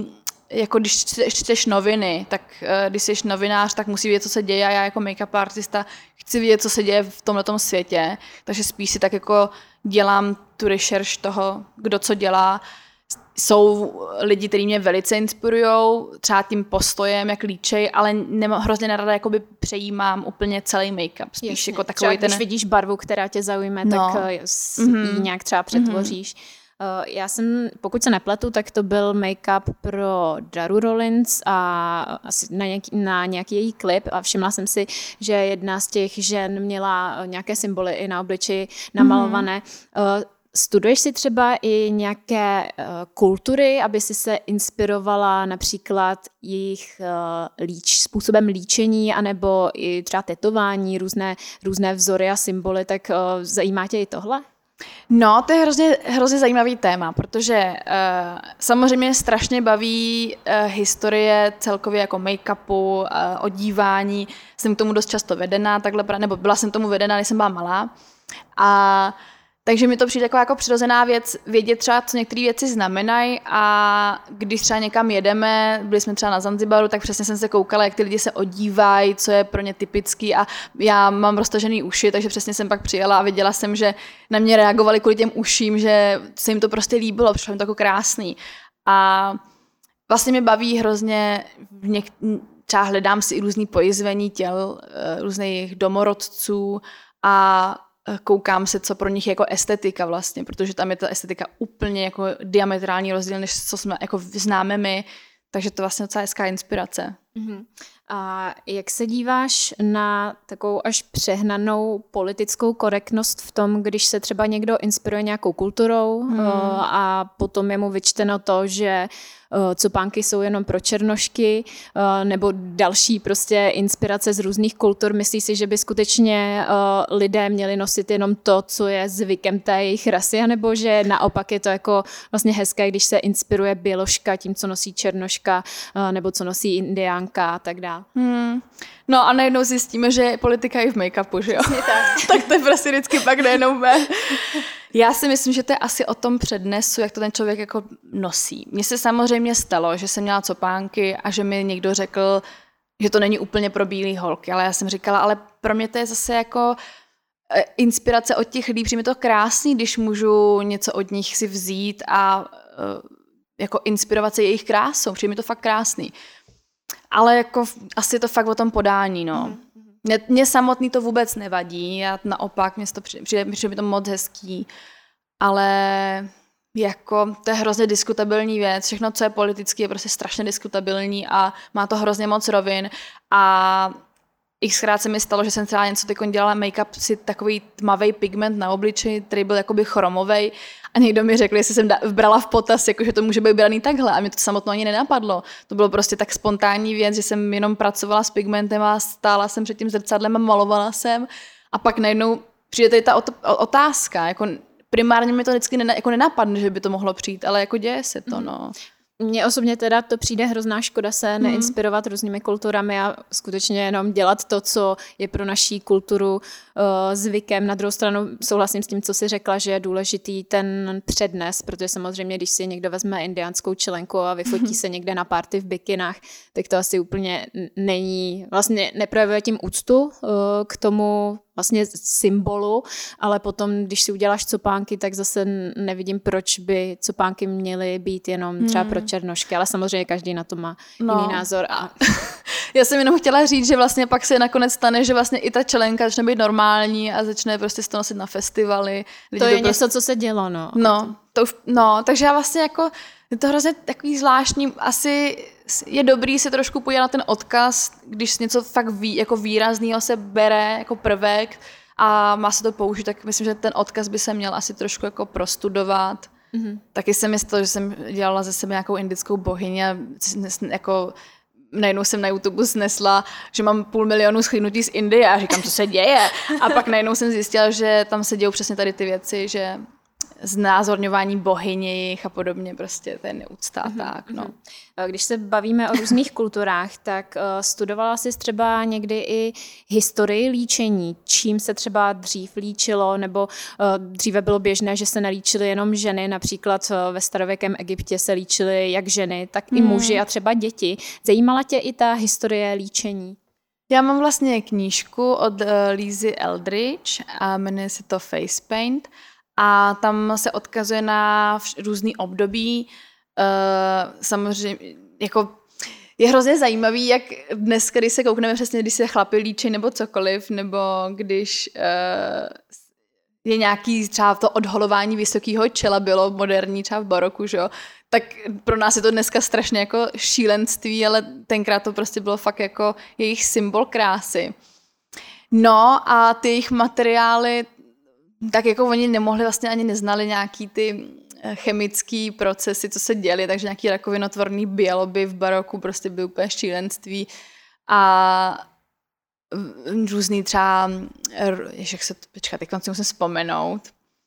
jako když čteš noviny, tak když jsi novinář, tak musí vědět, co se děje a já jako make-up artista chci vědět, co se děje v tomhletom světě, takže spíš si tak jako dělám tu rešerš toho, kdo co dělá. Jsou lidi, kteří mě velice inspirujou, třeba tím postojem, jak líčej, ale nemá, hrozně nerada jakoby přejímám úplně celý make-up. Spíš Jasně. jako takový třeba ten... když vidíš barvu, která tě zaujme, no. tak mm-hmm. ji nějak třeba přetvoříš. Mm-hmm. Já jsem, pokud se nepletu, tak to byl make-up pro Daru Rollins a asi na nějaký, na nějaký její klip a všimla jsem si, že jedna z těch žen měla nějaké symboly i na obličeji namalované. Mm-hmm. Studuješ si třeba i nějaké uh, kultury, aby si se inspirovala například jejich uh, líč, způsobem líčení, anebo i třeba tetování, různé, různé vzory a symboly, tak uh, zajímá tě i tohle? No, to je hrozně, hrozně zajímavý téma, protože uh, samozřejmě strašně baví uh, historie celkově jako make-upu, uh, odívání. Jsem k tomu dost často vedená, takhle, nebo byla jsem tomu vedená, když jsem byla malá. A takže mi to přijde jako, jako přirozená věc vědět třeba, co některé věci znamenají a když třeba někam jedeme, byli jsme třeba na Zanzibaru, tak přesně jsem se koukala, jak ty lidi se odívají, co je pro ně typický a já mám roztažený uši, takže přesně jsem pak přijela a viděla jsem, že na mě reagovali kvůli těm uším, že se jim to prostě líbilo, přišlo jim to jako krásný. A vlastně mě baví hrozně, něk- třeba hledám si i různý pojizvení těl, různých domorodců a koukám se, co pro nich je jako estetika vlastně, protože tam je ta estetika úplně jako diametrální rozdíl, než co jsme jako známe my, takže to vlastně docela hezká inspirace. Mm-hmm. A jak se díváš na takovou až přehnanou politickou korektnost v tom, když se třeba někdo inspiruje nějakou kulturou mm. a potom je mu vyčteno to, že copánky jsou jenom pro černošky nebo další prostě inspirace z různých kultur. Myslíš si, že by skutečně lidé měli nosit jenom to, co je zvykem té jejich rasy, anebo že naopak je to jako vlastně hezké, když se inspiruje běložka tím, co nosí černoška nebo co nosí indiánka a tak dále. Hmm. No a najednou zjistíme, že politika je v make-upu, že jo? Tak. Tak to je prostě vždycky pak najednou be. Já si myslím, že to je asi o tom přednesu, jak to ten člověk jako nosí. Mně se samozřejmě stalo, že jsem měla copánky a že mi někdo řekl, že to není úplně pro bílý holky, ale já jsem říkala, ale pro mě to je zase jako inspirace od těch lidí, přijde mi to krásný, když můžu něco od nich si vzít a jako inspirovat se jejich krásou, přijde mi to fakt krásný. Ale jako asi je to fakt o tom podání, no. Mně, mně samotný to vůbec nevadí, já naopak, mě to přijde, přijde, přijde mi to moc hezký, ale jako to je hrozně diskutabilní věc, všechno, co je politický, je prostě strašně diskutabilní a má to hrozně moc rovin a xkrát se mi stalo, že jsem třeba něco teď dělala make-up, si takový tmavý pigment na obličeji, který byl jakoby chromovej a někdo mi řekl, jestli jsem brala v potaz, jako, že to může být braný takhle a mě to samotnou ani nenapadlo. To bylo prostě tak spontánní věc, že jsem jenom pracovala s pigmentem a stála jsem před tím zrcadlem a malovala jsem a pak najednou přijde tady ta otázka, jako primárně mi to vždycky nena, jako nenapadne, že by to mohlo přijít, ale jako děje se to, no. Mně osobně teda to přijde hrozná škoda se neinspirovat mm. různými kulturami a skutečně jenom dělat to, co je pro naší kulturu uh, zvykem. Na druhou stranu souhlasím s tím, co jsi řekla, že je důležitý ten přednes, protože samozřejmě, když si někdo vezme indiánskou čelenku a vyfotí mm. se někde na party v bikinách, tak to asi úplně není, vlastně neprojevuje tím úctu uh, k tomu vlastně symbolu, ale potom, když si uděláš copánky, tak zase nevidím, proč by copánky měly být jenom třeba pro černošky, ale samozřejmě každý na to má no. jiný názor. A... Já jsem jenom chtěla říct, že vlastně pak se nakonec stane, že vlastně i ta čelenka začne být normální a začne prostě se to nosit na festivaly. To je to prostě... něco, co se dělo, no. No, to už, no, takže já vlastně jako, je to hrozně takový zvláštní, asi je dobrý si trošku podívat na ten odkaz, když něco fakt ví, jako výraznýho se bere jako prvek a má se to použít, tak myslím, že ten odkaz by se měl asi trošku jako prostudovat. Mm-hmm. Taky se mi stalo, že jsem dělala ze sebe nějakou indickou bohyni a jako najednou jsem na YouTube snesla, že mám půl milionu shlídnutí z Indie a říkám, co se děje. A pak najednou jsem zjistila, že tam se dějou přesně tady ty věci, že znázorňování bohyně jich a podobně, prostě to je neúcta a tak, no. Když se bavíme o různých kulturách, tak uh, studovala jsi třeba někdy i historii líčení, čím se třeba dřív líčilo, nebo uh, dříve bylo běžné, že se nelíčily jenom ženy, například uh, ve starověkém Egyptě se líčily jak ženy, tak i muži a třeba děti. Zajímala tě i ta historie líčení? Já mám vlastně knížku od uh, Lizy Eldridge a jmenuje se to Face Paint a tam se odkazuje na vš- různý období. Uh, samozřejmě, jako je hrozně zajímavý, jak dnes, když se koukneme přesně, když se chlapi líčí nebo cokoliv, nebo když uh, je nějaký třeba to odholování vysokého čela bylo moderní třeba v baroku, že jo, tak pro nás je to dneska strašně jako šílenství, ale tenkrát to prostě bylo fakt jako jejich symbol krásy. No a ty jejich materiály, tak jako oni nemohli, vlastně ani neznali nějaký ty chemický procesy, co se děly, takže nějaký rakovinotvorný bialoby v baroku prostě byly úplně šílenství a různý třeba, jak se to, počkat, teď si musím vzpomenout,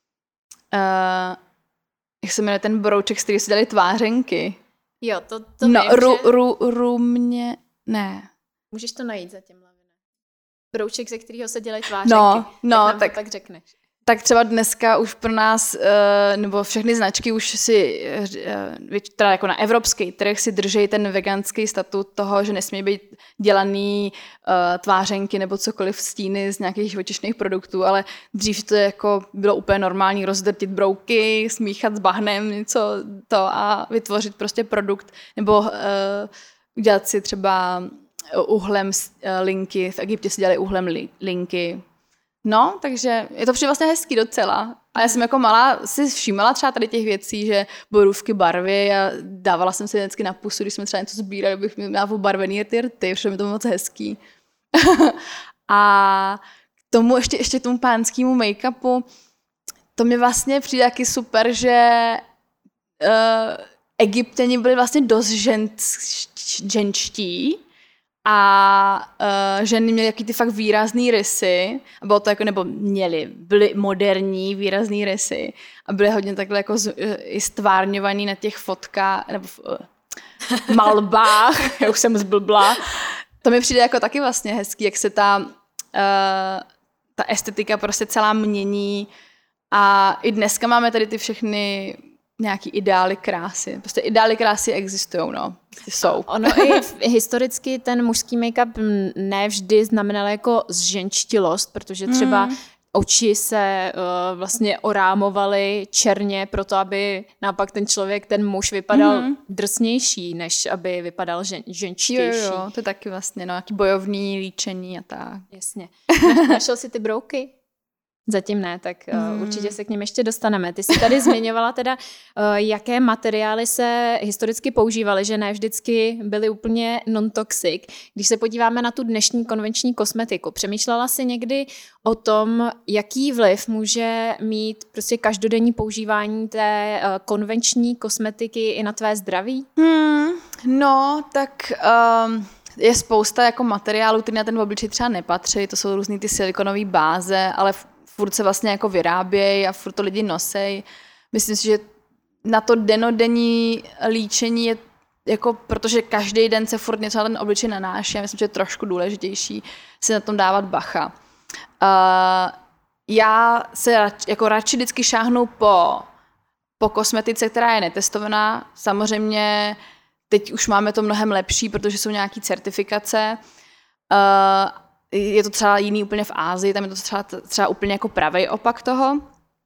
uh, jak se jmenuje ten brouček, z kterého si dali tvářenky. Jo, to, to no, vím, ru, že... ru, rumě, ne. Můžeš to najít zatím, Lavine. Brouček, ze kterého se dělají tvářenky. No, no, tak, tak, tak řekneš. Tak třeba dneska už pro nás, nebo všechny značky už si, teda jako na evropský trh si drží ten veganský statut toho, že nesmí být dělaný tvářenky nebo cokoliv stíny z nějakých živočišných produktů, ale dřív to jako bylo úplně normální rozdrtit brouky, smíchat s bahnem něco to a vytvořit prostě produkt, nebo udělat si třeba uhlem linky, v Egyptě si dělali uhlem linky. No, takže je to přijde vlastně hezký docela. A já jsem jako malá si všímala třeba tady těch věcí, že borůvky barvy a dávala jsem si vždycky na pusu, když jsme třeba něco sbírali, bych měla obarvený ty rty, protože mi to bylo moc hezký. A k tomu ještě, ještě k tomu pánskému make-upu, to mi vlastně přijde taky super, že uh, Egyptěni byli vlastně dost ženští, a uh, ženy měly jaký ty fakt výrazný rysy, a bylo to jako, nebo měly, byly moderní výrazný rysy a byly hodně takhle jako z, uh, i stvárňovaný na těch fotkách, nebo v uh, malbách, já už jsem zblbla. To mi přijde jako taky vlastně hezký, jak se ta, uh, ta estetika prostě celá mění a i dneska máme tady ty všechny nějaký ideály krásy. Prostě ideály krásy existují, no. Jsou. Ono i historicky ten mužský make-up nevždy znamenal jako zženštilost, protože třeba mm. oči se uh, vlastně orámovaly černě proto, aby naopak ten člověk, ten muž vypadal mm. drsnější, než aby vypadal žen, ženštější. Jo, jo, to je taky vlastně, no, jaký bojovný líčení a tak. Jasně. Našel jsi ty brouky? Zatím ne, tak uh, hmm. určitě se k nim ještě dostaneme. Ty jsi tady zmiňovala teda, uh, jaké materiály se historicky používaly, že ne vždycky byly úplně non-toxic. Když se podíváme na tu dnešní konvenční kosmetiku, přemýšlela jsi někdy o tom, jaký vliv může mít prostě každodenní používání té uh, konvenční kosmetiky i na tvé zdraví? Hmm, no, tak... Um... Je spousta jako materiálů, který na ten obličej třeba nepatří, to jsou různý ty silikonové báze, ale furt se vlastně jako vyrábějí a furt to lidi nosej. Myslím si, že na to denodenní líčení je jako, protože každý den se furt něco na ten obličej nanáší, já myslím, že je trošku důležitější si na tom dávat bacha. Uh, já se rač, jako radši vždycky šáhnu po, po kosmetice, která je netestovaná. Samozřejmě teď už máme to mnohem lepší, protože jsou nějaké certifikace. Uh, je to třeba jiný úplně v Ázii, tam je to třeba, třeba úplně jako pravej opak toho.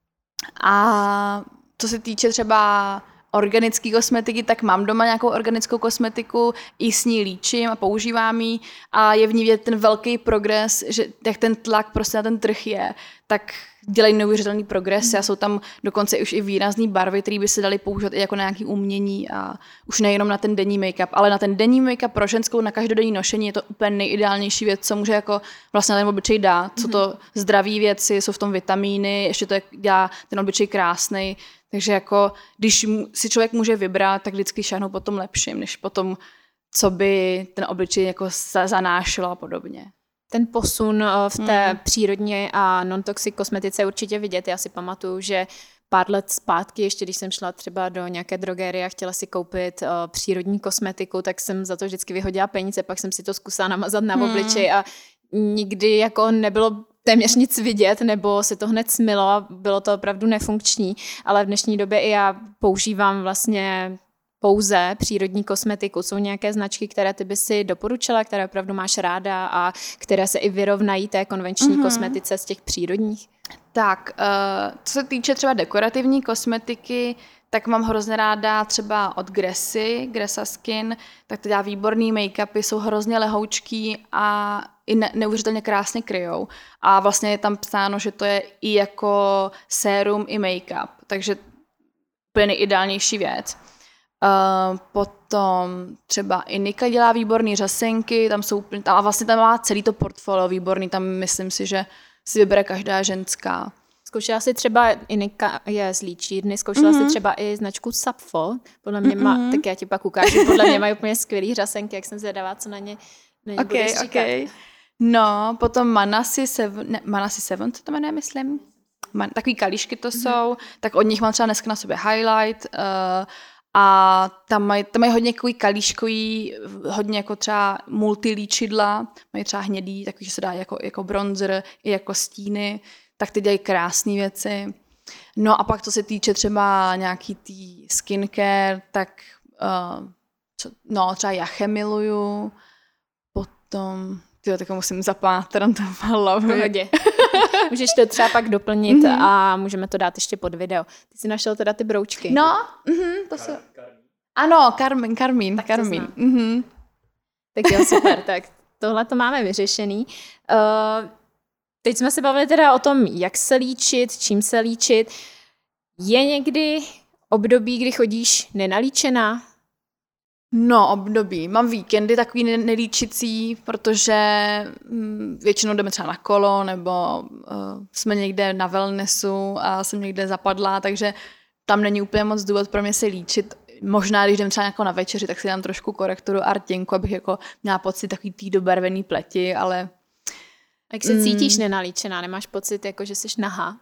A co se týče třeba organické kosmetiky, tak mám doma nějakou organickou kosmetiku, i s ní líčím a používám ji a je v ní vidět ten velký progres, že jak ten tlak prostě na ten trh je, tak dělají neuvěřitelný progres a jsou tam dokonce už i výrazný barvy, které by se daly použít i jako na nějaké umění a už nejenom na ten denní make-up, ale na ten denní make-up pro ženskou na každodenní nošení je to úplně nejideálnější věc, co může jako vlastně na ten obličej dát. Co to zdraví věci, jsou v tom vitamíny, ještě to dělá ten obličej krásnej. Takže jako, když si člověk může vybrat, tak vždycky šáhnou po tom lepším, než po tom, co by ten obličej jako zanášelo a podobně. Ten posun v té mm. přírodní a non-toxic kosmetice je určitě vidět. Já si pamatuju, že pár let zpátky, ještě když jsem šla třeba do nějaké drogerie a chtěla si koupit uh, přírodní kosmetiku, tak jsem za to vždycky vyhodila peníze, pak jsem si to zkusila namazat na hmm. obličej a nikdy jako nebylo téměř nic vidět, nebo se to hned smylo a bylo to opravdu nefunkční, ale v dnešní době i já používám vlastně pouze přírodní kosmetiku. Jsou nějaké značky, které ty by si doporučila, které opravdu máš ráda a které se i vyrovnají té konvenční mm-hmm. kosmetice z těch přírodních? Tak, uh, co se týče třeba dekorativní kosmetiky, tak mám hrozně ráda třeba od Grassy, Gressa Skin, tak to dělá výborný make-upy, jsou hrozně lehoučký a i ne- neuvěřitelně krásně kryjou. A vlastně je tam psáno, že to je i jako sérum, i make-up, takže úplně nejideálnější věc. Uh, potom třeba i Nika dělá výborný řasenky, tam jsou úplně, tam, a vlastně tam má celý to portfolio výborný, tam myslím si, že si vybere každá ženská. Zkoušela si třeba, i Nika je z líčírny, zkoušela mm-hmm. si třeba i značku Sapfo, podle mě má, mm-hmm. tak já ti pak ukážu, podle mě mají úplně skvělý řasenky, jak jsem zvědavá, co na ně, na ně okay, budeš říkat. Okay. No, potom Manasi Seven, ne, Manasi Seven, co to jmenuje, myslím? Man, takový kalíšky to mm-hmm. jsou, tak od nich mám třeba dneska na sobě highlight, uh, a tam mají, tam mají hodně takový kalíškový, hodně jako třeba multilíčidla, mají třeba hnědý, takový, že se dá jako, jako bronzer, i jako stíny, tak ty dělají krásné věci. No a pak to se týče třeba nějaký tý skincare, tak uh, co, no třeba Jache miluju, potom, tyjo, tak musím zapátrat v hlavě. Můžeš to třeba pak doplnit mm-hmm. a můžeme to dát ještě pod video. Ty jsi našel teda ty broučky. No, mm-hmm, to jsou... Ano, Carmen, Carmín, Carmín. Mm-hmm. Tak jo, super, tak tohle to máme vyřešený. Uh, teď jsme se bavili teda o tom, jak se líčit, čím se líčit. Je někdy období, kdy chodíš nenalíčená? No, období. Mám víkendy takový nelíčicí, protože hm, většinou jdeme třeba na kolo, nebo uh, jsme někde na wellnessu a jsem někde zapadlá, takže tam není úplně moc důvod pro mě se líčit. Možná, když jdem třeba jako na večeři, tak si dám trošku korekturu a rtěnku, abych jako měla pocit takový tý dobarvený pleti, ale... Jak se cítíš mm, nenalíčená? Nemáš pocit, jako že jsi nahá?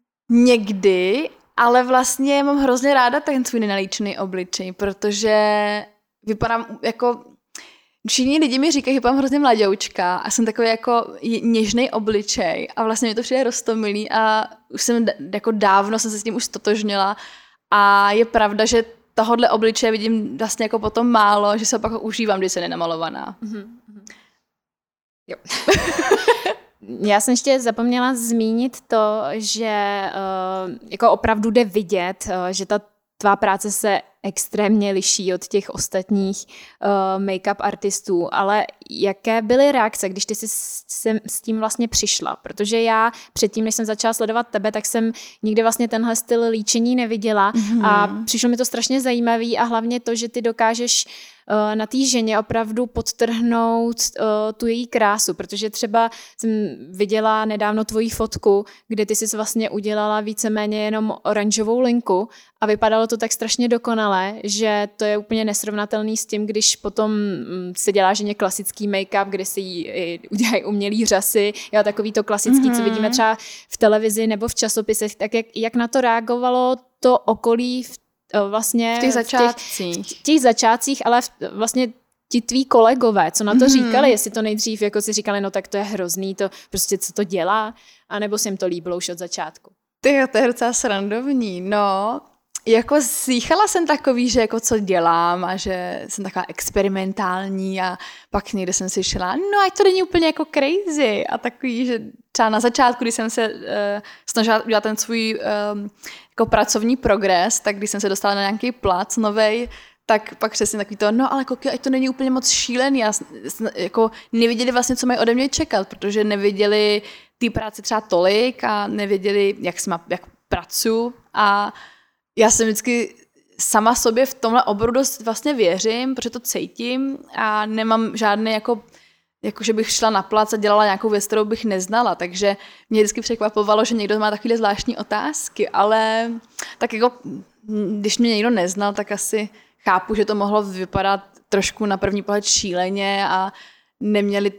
Někdy, ale vlastně mám hrozně ráda ten svůj nenalíčený obličej, protože vypadám jako... Všichni lidi mi říkají, že vypadám hrozně mladoučka a jsem takový jako něžnej obličej a vlastně mi to přijde roztomilý a už jsem jako dávno jsem se s tím už stotožnila a je pravda, že tohodle obličeje vidím vlastně jako potom málo, že se pak užívám, když jsem nenamalovaná. Mm-hmm. Jo. Já jsem ještě zapomněla zmínit to, že uh, jako opravdu jde vidět, uh, že ta tvá práce se extrémně liší od těch ostatních uh, make-up artistů, ale jaké byly reakce, když ty jsi s, s tím vlastně přišla? Protože já předtím, než jsem začala sledovat tebe, tak jsem nikdy vlastně tenhle styl líčení neviděla mm-hmm. a přišlo mi to strašně zajímavý a hlavně to, že ty dokážeš uh, na té ženě opravdu podtrhnout uh, tu její krásu, protože třeba jsem viděla nedávno tvoji fotku, kde ty jsi vlastně udělala víceméně jenom oranžovou linku a vypadalo to tak strašně dokonale, že to je úplně nesrovnatelný s tím, když potom se dělá ženě klasický make-up, kde si udělají umělý řasy, jo, takový to klasický, mm-hmm. co vidíme třeba v televizi nebo v časopisech, tak jak, jak na to reagovalo to okolí v, vlastně v těch začátcích, v těch, v těch začátcích, ale v, vlastně ti tví kolegové, co na to mm-hmm. říkali, jestli to nejdřív jako si říkali, no tak to je hrozný, to prostě co to dělá, anebo se jim to líbilo už od začátku. Ty, to je docela srandovní, no. Jako slýchala jsem takový, že jako co dělám a že jsem taková experimentální a pak někde jsem si šla, no ať to není úplně jako crazy a takový, že třeba na začátku, když jsem se uh, snažila udělat ten svůj um, jako pracovní progres, tak když jsem se dostala na nějaký plac novej, tak pak přesně takový to, no ale koky, ať to není úplně moc šílený a jako nevěděli vlastně, co mají ode mě čekat, protože nevěděli té práci třeba tolik a nevěděli, jak, jsme, jak pracuji a já jsem vždycky sama sobě v tomhle oboru dost vlastně věřím, protože to cítím a nemám žádný jako, jako že bych šla na plac a dělala nějakou věc, kterou bych neznala, takže mě vždycky překvapovalo, že někdo má takové zvláštní otázky, ale tak jako, když mě někdo neznal, tak asi chápu, že to mohlo vypadat trošku na první pohled šíleně a neměli to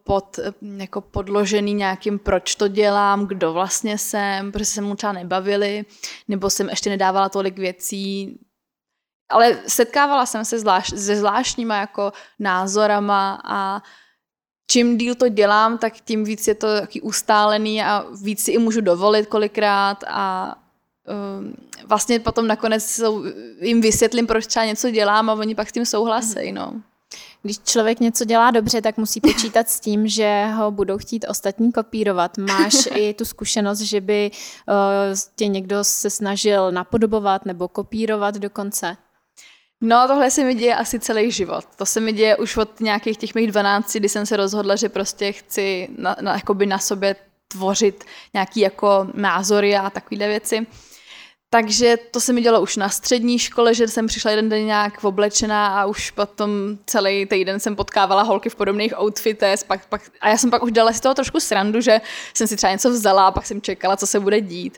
pod, jako podložený nějakým, proč to dělám, kdo vlastně jsem, protože se mu třeba nebavili, nebo jsem ještě nedávala tolik věcí. Ale setkávala jsem se zvlášť, se zvláštníma jako názorama a čím díl to dělám, tak tím víc je to taky ustálený a víc si i můžu dovolit kolikrát a um, vlastně potom nakonec jim vysvětlím, proč třeba něco dělám a oni pak s tím souhlasí, no. Když člověk něco dělá dobře, tak musí počítat s tím, že ho budou chtít ostatní kopírovat. Máš i tu zkušenost, že by uh, tě někdo se snažil napodobovat nebo kopírovat dokonce? No, tohle se mi děje asi celý život. To se mi děje už od nějakých těch mých dvanácti, kdy jsem se rozhodla, že prostě chci na, na, jakoby na sobě tvořit nějaký jako názory a takovéhle věci. Takže to se mi dělo už na střední škole, že jsem přišla jeden den nějak oblečená a už potom celý týden jsem potkávala holky v podobných outfitech. Pak, pak, a já jsem pak už dala si toho trošku srandu, že jsem si třeba něco vzala a pak jsem čekala, co se bude dít.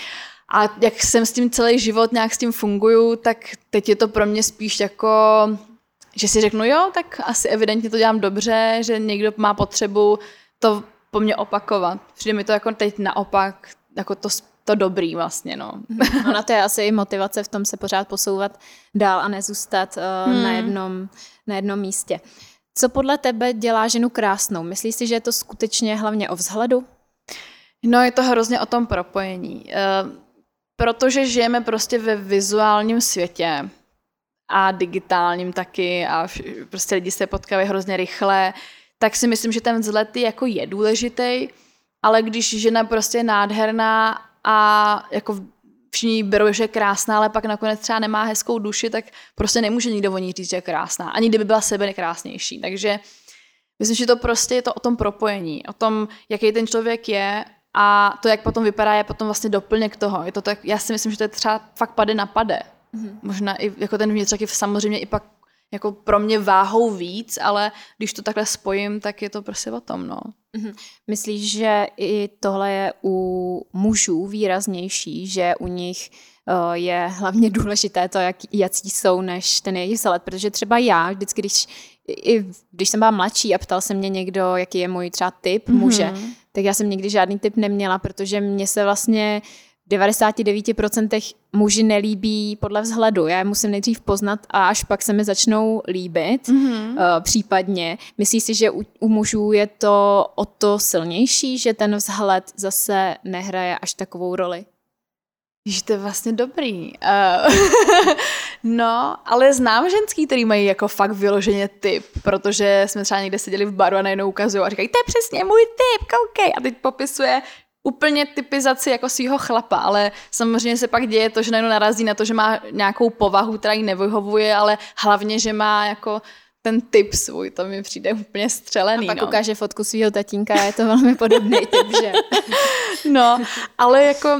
A jak jsem s tím celý život nějak s tím funguju, tak teď je to pro mě spíš jako, že si řeknu, jo, tak asi evidentně to dělám dobře, že někdo má potřebu to po mně opakovat. Přijde mi to jako teď naopak, jako to to dobrý vlastně, no. No na to je asi i motivace v tom se pořád posouvat dál a nezůstat uh, hmm. na, jednom, na jednom místě. Co podle tebe dělá ženu krásnou? Myslíš si, že je to skutečně hlavně o vzhledu? No je to hrozně o tom propojení. Uh, protože žijeme prostě ve vizuálním světě a digitálním taky a prostě lidi se potkávají hrozně rychle, tak si myslím, že ten vzhled jako je důležitý, ale když žena prostě je nádherná a jako všichni berou, že je krásná, ale pak nakonec třeba nemá hezkou duši, tak prostě nemůže nikdo o ní říct, že je krásná. Ani kdyby byla sebe nekrásnější. Takže myslím, že to prostě je to o tom propojení, o tom, jaký ten člověk je a to, jak potom vypadá, je potom vlastně doplněk toho. Je to tak, já si myslím, že to je třeba fakt pade na pade. Mm-hmm. Možná i jako ten vnitřek je samozřejmě i pak jako pro mě váhou víc, ale když to takhle spojím, tak je to prostě o tom, no. Mm-hmm. Myslíš, že i tohle je u mužů výraznější, že u nich uh, je hlavně důležité to, jak, jací jsou, než ten jejich vzhled, protože třeba já vždycky, když, i, když jsem byla mladší a ptal se mě někdo, jaký je můj třeba typ mm-hmm. muže, tak já jsem nikdy žádný typ neměla, protože mě se vlastně devadesát devět procent muži nelíbí podle vzhledu. Já je musím nejdřív poznat a až pak se mi začnou líbit. Mm-hmm. Uh, případně. Myslíš si, že u, u mužů je to o to silnější, že ten vzhled zase nehraje až takovou roli? Že to je vlastně dobrý. Uh, no, ale znám ženský, který mají jako fakt vyloženě typ, protože jsme třeba někde seděli v baru a najednou ukazují a říkají, to je přesně můj typ, koukej. A teď popisuje úplně typizaci jako svýho chlapa, ale samozřejmě se pak děje to, že najednou narazí na to, že má nějakou povahu, která jí nevyhovuje, ale hlavně, že má jako ten typ svůj, to mi přijde úplně střelený. A pak no. ukáže fotku svýho tatínka a je to velmi podobný typ, že? No, ale jako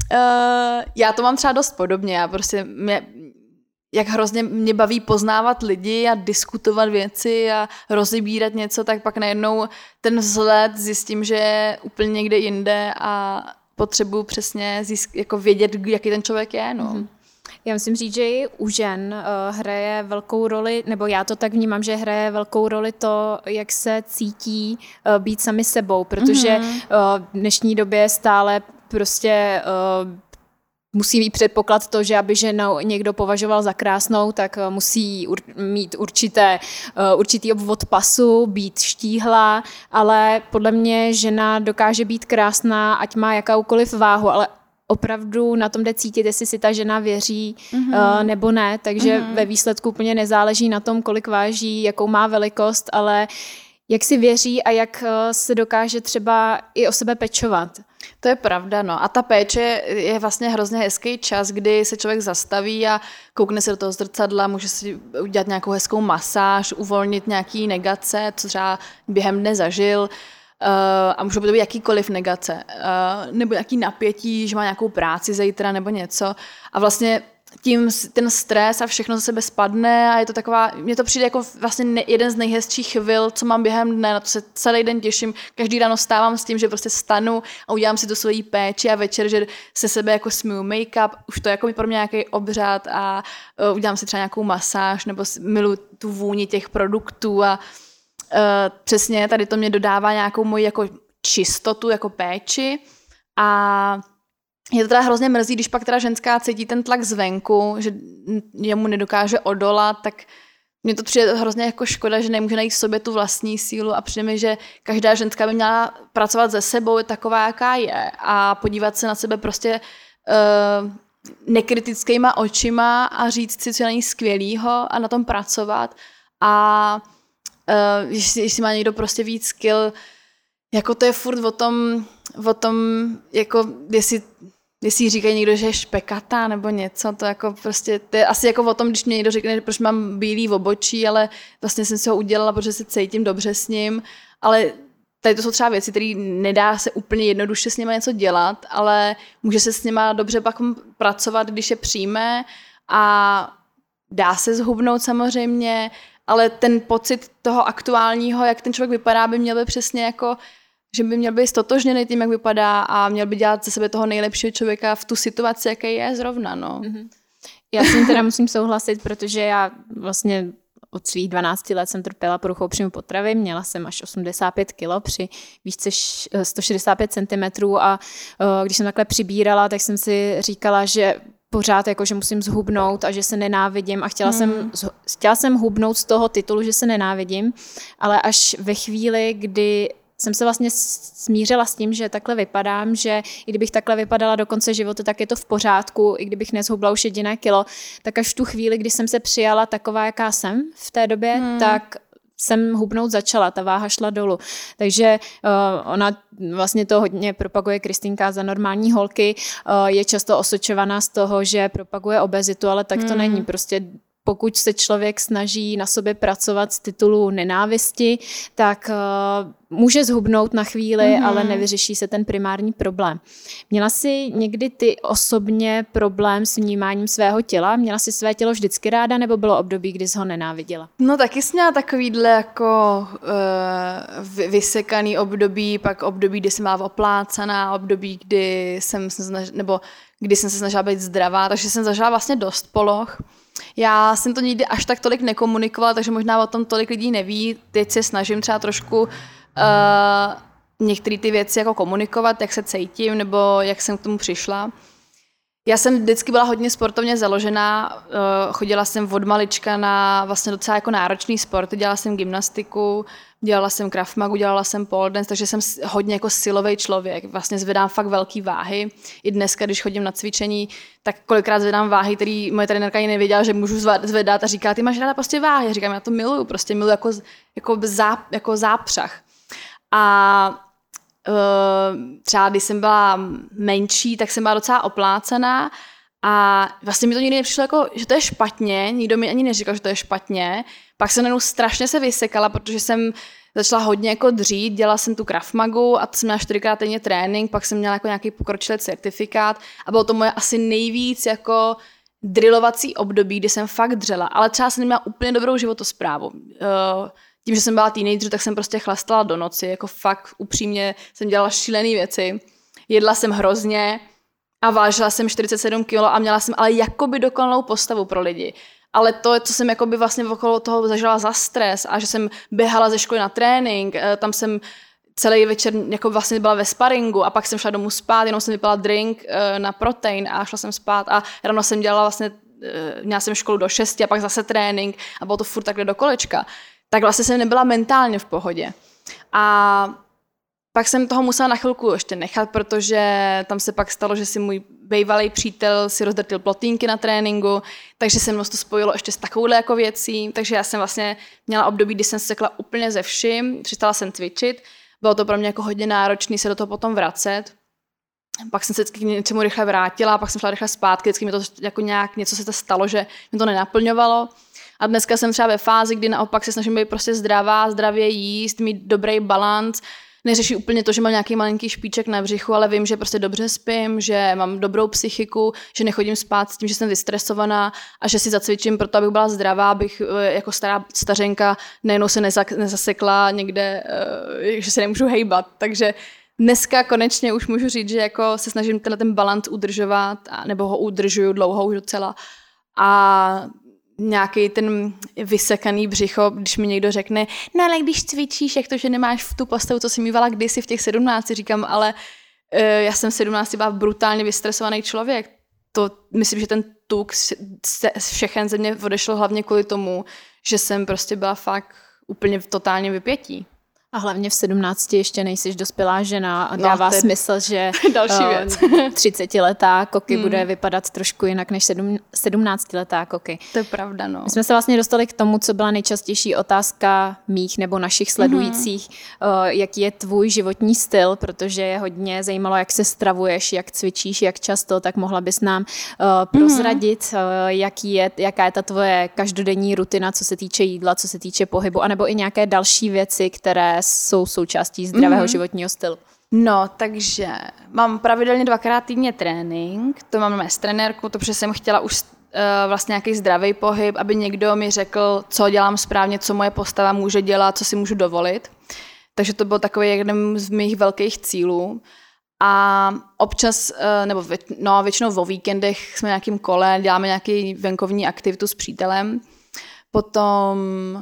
uh, já to mám třeba dost podobně, já prostě mě, jak hrozně mě baví poznávat lidi a diskutovat věci a rozebírat něco, tak pak najednou ten vzhled zjistím, že je úplně někde jinde a potřebuji přesně získ, jako vědět, jaký ten člověk je. No. Mm-hmm. Já musím říct, že i u žen uh, hraje velkou roli, nebo já to tak vnímám, že hraje velkou roli to, jak se cítí uh, být sami sebou, protože mm-hmm. uh, v dnešní době stále prostě uh, musí mít předpoklad to, že aby ženu někdo považoval za krásnou, tak musí ur- mít určité, uh, určitý obvod pasu, být štíhlá, ale podle mě žena dokáže být krásná, ať má jakoukoliv váhu, ale opravdu na tom jde cítit, jestli si ta žena věří mm-hmm. uh, nebo ne, takže mm-hmm. ve výsledku úplně nezáleží na tom, kolik váží, jakou má velikost, ale jak si věří a jak uh, se dokáže třeba i o sebe pečovat. To je pravda, no. A ta péče je vlastně hrozně hezký čas, kdy se člověk zastaví a koukne se do toho zrcadla, může si udělat nějakou hezkou masáž, uvolnit nějaký negace, co třeba během dne zažil, uh, a může být jakýkoliv negace, uh, nebo nějaký napětí, že má nějakou práci zítra nebo něco. A vlastně tím ten stres a všechno za sebe spadne a je to taková, mně to přijde jako vlastně ne, jeden z nejhezčích chvil, co mám během dne, na to se celý den těším, každý ráno stávám s tím, že prostě stanu a udělám si tu svoji péči a večer, že se sebe jako smiju make-up, už to je jako pro mě nějaký obřad a uh, udělám si třeba nějakou masáž nebo miluji tu vůni těch produktů a přesně tady to mě dodává nějakou moji jako čistotu, jako péči a je to teda hrozně mrzí, když pak teda ženská cítí ten tlak zvenku, že jemu nedokáže odolat, tak mně to přijde hrozně jako škoda, že nemůže najít v sobě tu vlastní sílu a přijde mi, že každá ženská by měla pracovat se sebou taková, jaká je a podívat se na sebe prostě uh, nekritickýma očima a říct si, co je na ní skvělýho a na tom pracovat a uh, jestli, jestli má někdo prostě víc skill, jako to je furt o tom, o tom jako jestli Jestli říkají někdo, že je špekatá nebo něco, to jako prostě, to je asi jako o tom, když mě někdo řekne, proč mám bílý obočí, ale vlastně jsem si ho udělala, protože se cítím dobře s ním, ale tady to jsou třeba věci, které nedá se úplně jednoduše s nima něco dělat, ale může se s nima dobře pak pracovat, když je přijme a dá se zhubnout samozřejmě, ale ten pocit toho aktuálního, jak ten člověk vypadá, by měl být přesně jako že by měl být stotožněný tím, jak vypadá a měl by dělat ze sebe toho nejlepšího člověka v tu situaci, jaký je zrovna, no. Mm-hmm. Já s tím teda musím souhlasit, protože já vlastně od svých dvanácti let jsem trpěla poruchou příjmu potravy, měla jsem až osmdesát pět kilo při výšce sto šedesát pět centimetrů a když jsem takhle přibírala, tak jsem si říkala, že pořád jako, že musím zhubnout a že se nenávidím a chtěla, mm. jsem, chtěla jsem hubnout z toho titulu, že se nenávidím, ale až ve chvíli, kdy jsem se vlastně smířila s tím, že takhle vypadám, že i kdybych takhle vypadala do konce života, tak je to v pořádku, i kdybych nezhubla už jediné kilo, tak až v tu chvíli, kdy jsem se přijala taková, jaká jsem v té době, hmm. tak jsem hubnout začala, ta váha šla dolů. Takže uh, ona vlastně to hodně propaguje Kristýnka za normální holky, uh, je často osočovaná z toho, že propaguje obezitu, ale tak to hmm. není, prostě pokud se člověk snaží na sobě pracovat z titulu nenávisti, tak uh, může zhubnout na chvíli, mm-hmm. ale nevyřeší se ten primární problém. Měla jsi někdy ty osobně problém s vnímáním svého těla? Měla jsi své tělo vždycky ráda, nebo bylo období, kdy jsi ho nenáviděla? No taky jsi měla takovýhle jako uh, vysekaný období, pak období, kdy jsem byla oplácaná, období, kdy jsem se snažila, nebo kdy jsem se snažila být zdravá, takže jsem zažila vlastně dost poloh. Já jsem to nikdy až tak tolik nekomunikovala, takže možná o tom tolik lidí neví. Teď se snažím třeba trošku uh, některé ty věci jako komunikovat, jak se cítím nebo jak jsem k tomu přišla. Já jsem vždycky byla hodně sportovně založená, uh, chodila jsem od malička na vlastně docela jako náročný sport, dělala jsem gymnastiku, dělala jsem Krav Magu, dělala jsem pole dance, takže jsem hodně jako silový člověk, vlastně zvedám fakt velký váhy. I dneska, když chodím na cvičení, tak kolikrát zvedám váhy, který moje trenérka ani nevěděla, že můžu zvedat a říká, ty máš ráda prostě váhy. Já říkám, já to miluju, prostě miluju jako, jako, zá, jako zápřah. A uh, třeba když jsem byla menší, tak jsem byla docela oplácená a vlastně mi to nikdy nepřišlo jako, že to je špatně, nikdo mi ani neříkal, že to je špatně. Pak jsem najednou strašně se vysekala, protože jsem začala hodně jako dřít, dělala jsem tu Krav Magu a to jsem měla čtyřikrát týdně trénink, pak jsem měla jako nějaký pokročilý certifikát a bylo to moje asi nejvíc jako drillovací období, kdy jsem fakt dřela, ale třeba jsem neměla úplně dobrou životosprávu. Tím, že jsem byla teenager, tak jsem prostě chlastala do noci, jako fakt upřímně jsem dělala šílené věci, jedla jsem hrozně a vážila jsem čtyřicet sedm kilo a měla jsem ale jakoby dokonalou postavu pro lidi. Ale to, co jsem jakoby vlastně okolo toho zažila za stres a že jsem běhala ze školy na trénink, tam jsem celý večer jako vlastně byla ve sparingu a pak jsem šla domů spát, jenom jsem vypila drink na protein a šla jsem spát a ráno jsem dělala vlastně, měla jsem školu do šesti a pak zase trénink a bylo to furt takhle do kolečka. Tak vlastně jsem nebyla mentálně v pohodě. A pak jsem toho musela na chvilku ještě nechat, protože tam se pak stalo, že si můj bývalý přítel si rozdrtil plotínky na tréninku, takže se mnou to spojilo ještě s takovouhle jako věcí, takže já jsem vlastně měla období, kdy jsem se sekla úplně ze vším, přestala jsem cvičit, bylo to pro mě jako hodně náročné se do toho potom vracet. Pak jsem se k něčemu rychle vrátila, pak jsem šla rychle zpátky, vždycky mi to jako nějak něco se to stalo, že mi to nenaplňovalo. A dneska jsem třeba ve fázi, kdy naopak se snažím být prostě zdravá, zdravě jíst, mít dobrý balanc. Neřeší úplně to, že mám nějaký malinký špiček na břichu, ale vím, že prostě dobře spím, že mám dobrou psychiku, že nechodím spát s tím, že jsem vystresovaná a že si zacvičím proto, abych byla zdravá, abych jako stará stařenka nejenom se nezasekla někde, že se nemůžu hejbat. Takže dneska konečně už můžu říct, že jako se snažím tenhle ten balanc udržovat, nebo ho udržuju dlouho už docela. A nějaký ten vysekaný břicho, když mi někdo řekne, no ale když cvičíš, jak to, že nemáš v tu postavu, co jsi mývala kdysi v těch sedmnácti, říkám, ale uh, já jsem v sedmnácti byla brutálně vystresovaný člověk. To, myslím, že ten tuk všechen ze mě odešlo hlavně kvůli tomu, že jsem prostě byla fakt úplně v totálním vypětí. A hlavně v sedmnácti ještě nejsiš dospělá žena a dává no, smysl, že další věc. třicetiletá koky hmm. bude vypadat trošku jinak než sedmnáctiletá koky. To je pravda, no. My jsme se vlastně dostali k tomu, co byla nejčastější otázka mých nebo našich sledujících, mm-hmm. jaký je tvůj životní styl, protože je hodně zajímalo, jak se stravuješ, jak cvičíš, jak často, tak mohla bys nám uh, prozradit, mm-hmm. uh, jaký je, jaká je ta tvoje každodenní rutina, co se týče jídla, co se týče pohybu, anebo i nějaké další věci, které jsou součástí zdravého mm-hmm. životního stylu. No, takže mám pravidelně dvakrát týdně trénink, to mám s trenérkou, to protože jsem chtěla už uh, vlastně nějaký zdravý pohyb, aby někdo mi řekl, co dělám správně, co moje postava může dělat, co si můžu dovolit. Takže to byl takový jeden z mých velkých cílů. A občas, uh, nebo vě, no, většinou o víkendech jsme na nějakým kole, děláme nějaký venkovní aktivitu s přítelem. Potom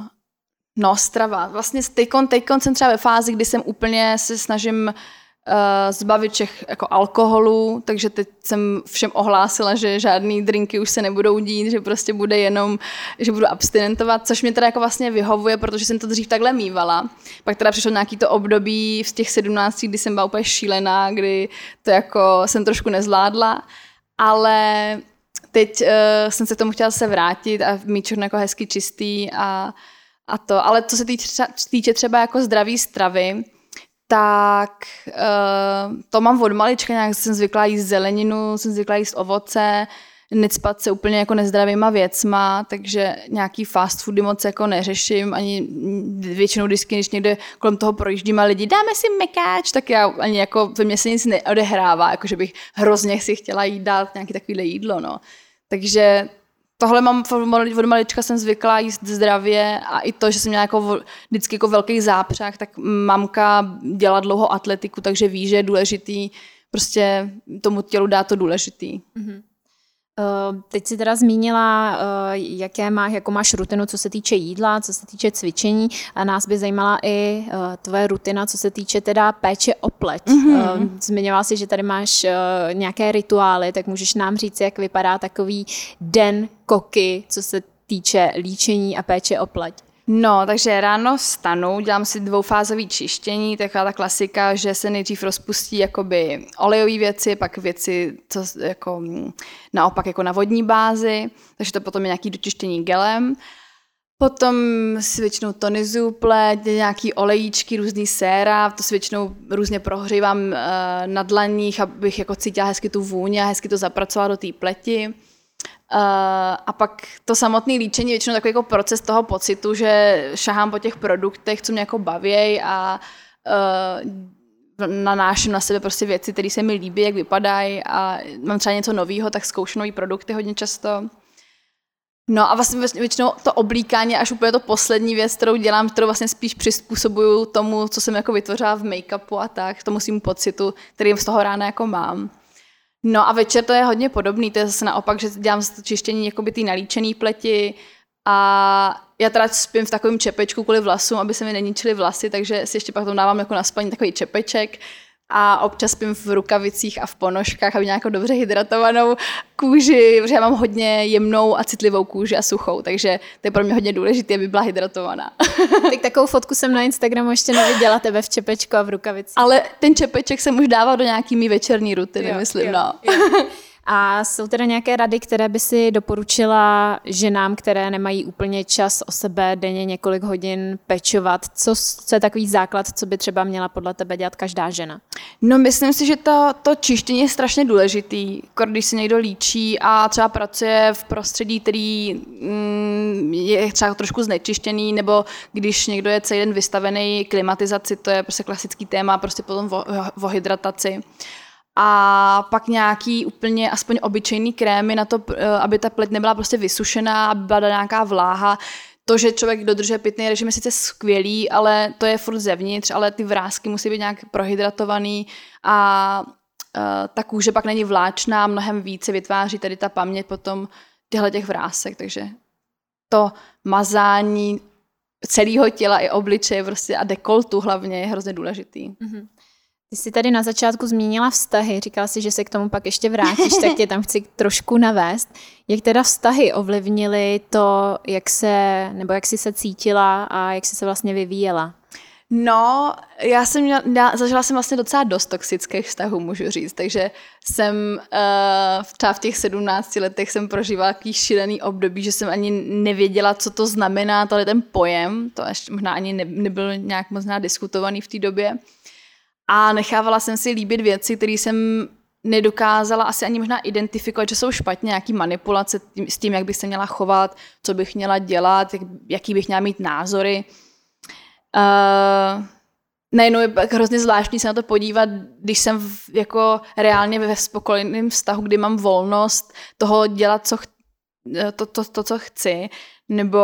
no, strava. Vlastně teďkon, teďkon jsem třeba ve fázi, kdy jsem úplně se snažím uh, zbavit všech jako alkoholu, takže teď jsem všem ohlásila, že žádný drinky už se nebudou dít, že prostě bude jenom, že budu abstinentovat, což mě teda jako vlastně vyhovuje, protože jsem to dřív takhle mývala. Pak teda přišlo nějaký to období v těch sedmnácti, kdy jsem byla úplně šílená, kdy to jako jsem trošku nezvládla, ale teď uh, jsem se k tomu chtěla se vrátit a mít všechno jako hezky čistý a A to, ale co se týče, týče třeba jako zdraví stravy, tak uh, to mám od malička, nějak jsem zvyklá jíst zeleninu, jsem zvyklá jíst ovoce, necpat se úplně jako nezdravýma věcma, takže nějaký fast foody moc jako neřeším, ani většinou vždycky, když někde kolem toho projíždím a lidi, dáme si mekáč, tak já ani jako ve mně se nic neodehrává, jako že bych hrozně si chtěla jí dát nějaké takovéhle jídlo, no. Takže tohle mám od malička, jsem zvyklá jíst zdravě a i to, že jsem měla jako vždycky jako velký zápřah, tak mamka dělá dlouho atletiku, takže ví, že je důležitý prostě tomu tělu dát to důležitý. Mm-hmm. Uh, teď jsi teda zmínila, uh, jaké má, jakou máš rutinu, co se týče jídla, co se týče cvičení a nás by zajímala i uh, tvoje rutina, co se týče teda péče o pleť. Mm-hmm. Uh, zmiňovala jsi, že tady máš uh, nějaké rituály, tak můžeš nám říct, jak vypadá takový den koky, co se týče líčení a péče o pleť. No, takže ráno vstanu, dělám si dvoufázový čištění, taková ta klasika, že se nejdřív rozpustí jakoby olejové věci, pak věci, co jako naopak jako na vodní bázi, takže to potom je nějaký dočištění gelem. Potom si většinou tonizuju pleť, nějaký olejíčky, různý séra, to si většinou různě prohřívám uh, na dlaních, abych jako cítila hezky tu vůni a hezky to zapracovala do té pleti. Uh, a pak to samotné líčení, většinou takový jako proces toho pocitu, že šahám po těch produktech, co mě jako baví a uh, nanáším na sebe prostě věci, které se mi líbí, jak vypadají a mám třeba něco nového, tak zkouším nový produkty hodně často. No a vlastně většinou to oblíkání až úplně to poslední věc, kterou dělám, kterou vlastně spíš přizpůsobuju tomu, co jsem jako vytvořila v make-upu a tak, tomu svým pocitu, který z toho rána jako mám. No a večer to je hodně podobný, to je zase naopak, že dělám čištění jakoby ty nalíčený pleti a já teda spím v takovém čepečku kvůli vlasům, aby se mi neníčily vlasy, takže si ještě pak tam dávám jako na spaní takový čepeček a občas spím v rukavicích a v ponožkách, aby nějakou dobře hydratovanou kůži, protože já mám hodně jemnou a citlivou kůži a suchou, takže to je pro mě hodně důležité, aby byla hydratovaná. Tak takovou fotku jsem na Instagramu ještě neviděla, tebe v čepečku a v rukavicích. Ale ten čepeček jsem už dával do nějaký mý večerní rutiny, jo, myslím, jo, no. Jo. A jsou teda nějaké rady, které by si doporučila ženám, které nemají úplně čas o sebe denně několik hodin pečovat? Co, co je takový základ, co by třeba měla podle tebe dělat každá žena? No myslím si, že to, to čištění je strašně důležitý. Když se někdo líčí a třeba pracuje v prostředí, který mm, je třeba trošku znečištěný, nebo když někdo je celý den vystavený klimatizaci, to je prostě klasický téma, prostě potom o, o hydrataci. A pak nějaký úplně aspoň obyčejný krémy na to, aby ta pleť nebyla prostě vysušená, aby byla nějaká vláha. To, že člověk dodržuje pitný režim, je sice skvělý, ale to je furt zevnitř, ale ty vrásky musí být nějak prohydratovaný a uh, ta kůže pak není vláčná, mnohem více vytváří tady ta paměť potom těchto těch vrásek, takže to mazání celého těla i obličeje prostě a dekoltu hlavně je hrozně důležitý. Mm-hmm. Ty jsi tady na začátku zmínila vztahy, říkala jsi, že se k tomu pak ještě vrátíš, tak tě tam chci trošku navést. Jak teda vztahy ovlivnily to, jak se, nebo jak jsi se cítila a jak jsi se vlastně vyvíjela? No, já jsem měla, já zažila jsem vlastně docela dost toxických vztahů, můžu říct, takže jsem uh, třeba v těch sedmnácti letech jsem prožívala takový šílený období, že jsem ani nevěděla, co to znamená, tohle ten pojem, to ještě možná ani ne, nebyl nějak moc diskutovaný v té době. A nechávala jsem si líbit věci, které jsem nedokázala asi ani možná identifikovat, že jsou špatně, nějaký manipulace tím, s tím, jak bych se měla chovat, co bych měla dělat, jak, jaký bych měla mít názory. Uh, najednou je hrozně zvláštní se na to podívat, když jsem v, jako reálně ve spokojeném vztahu, kdy mám volnost toho dělat, co ch, to, to, to, co chci, nebo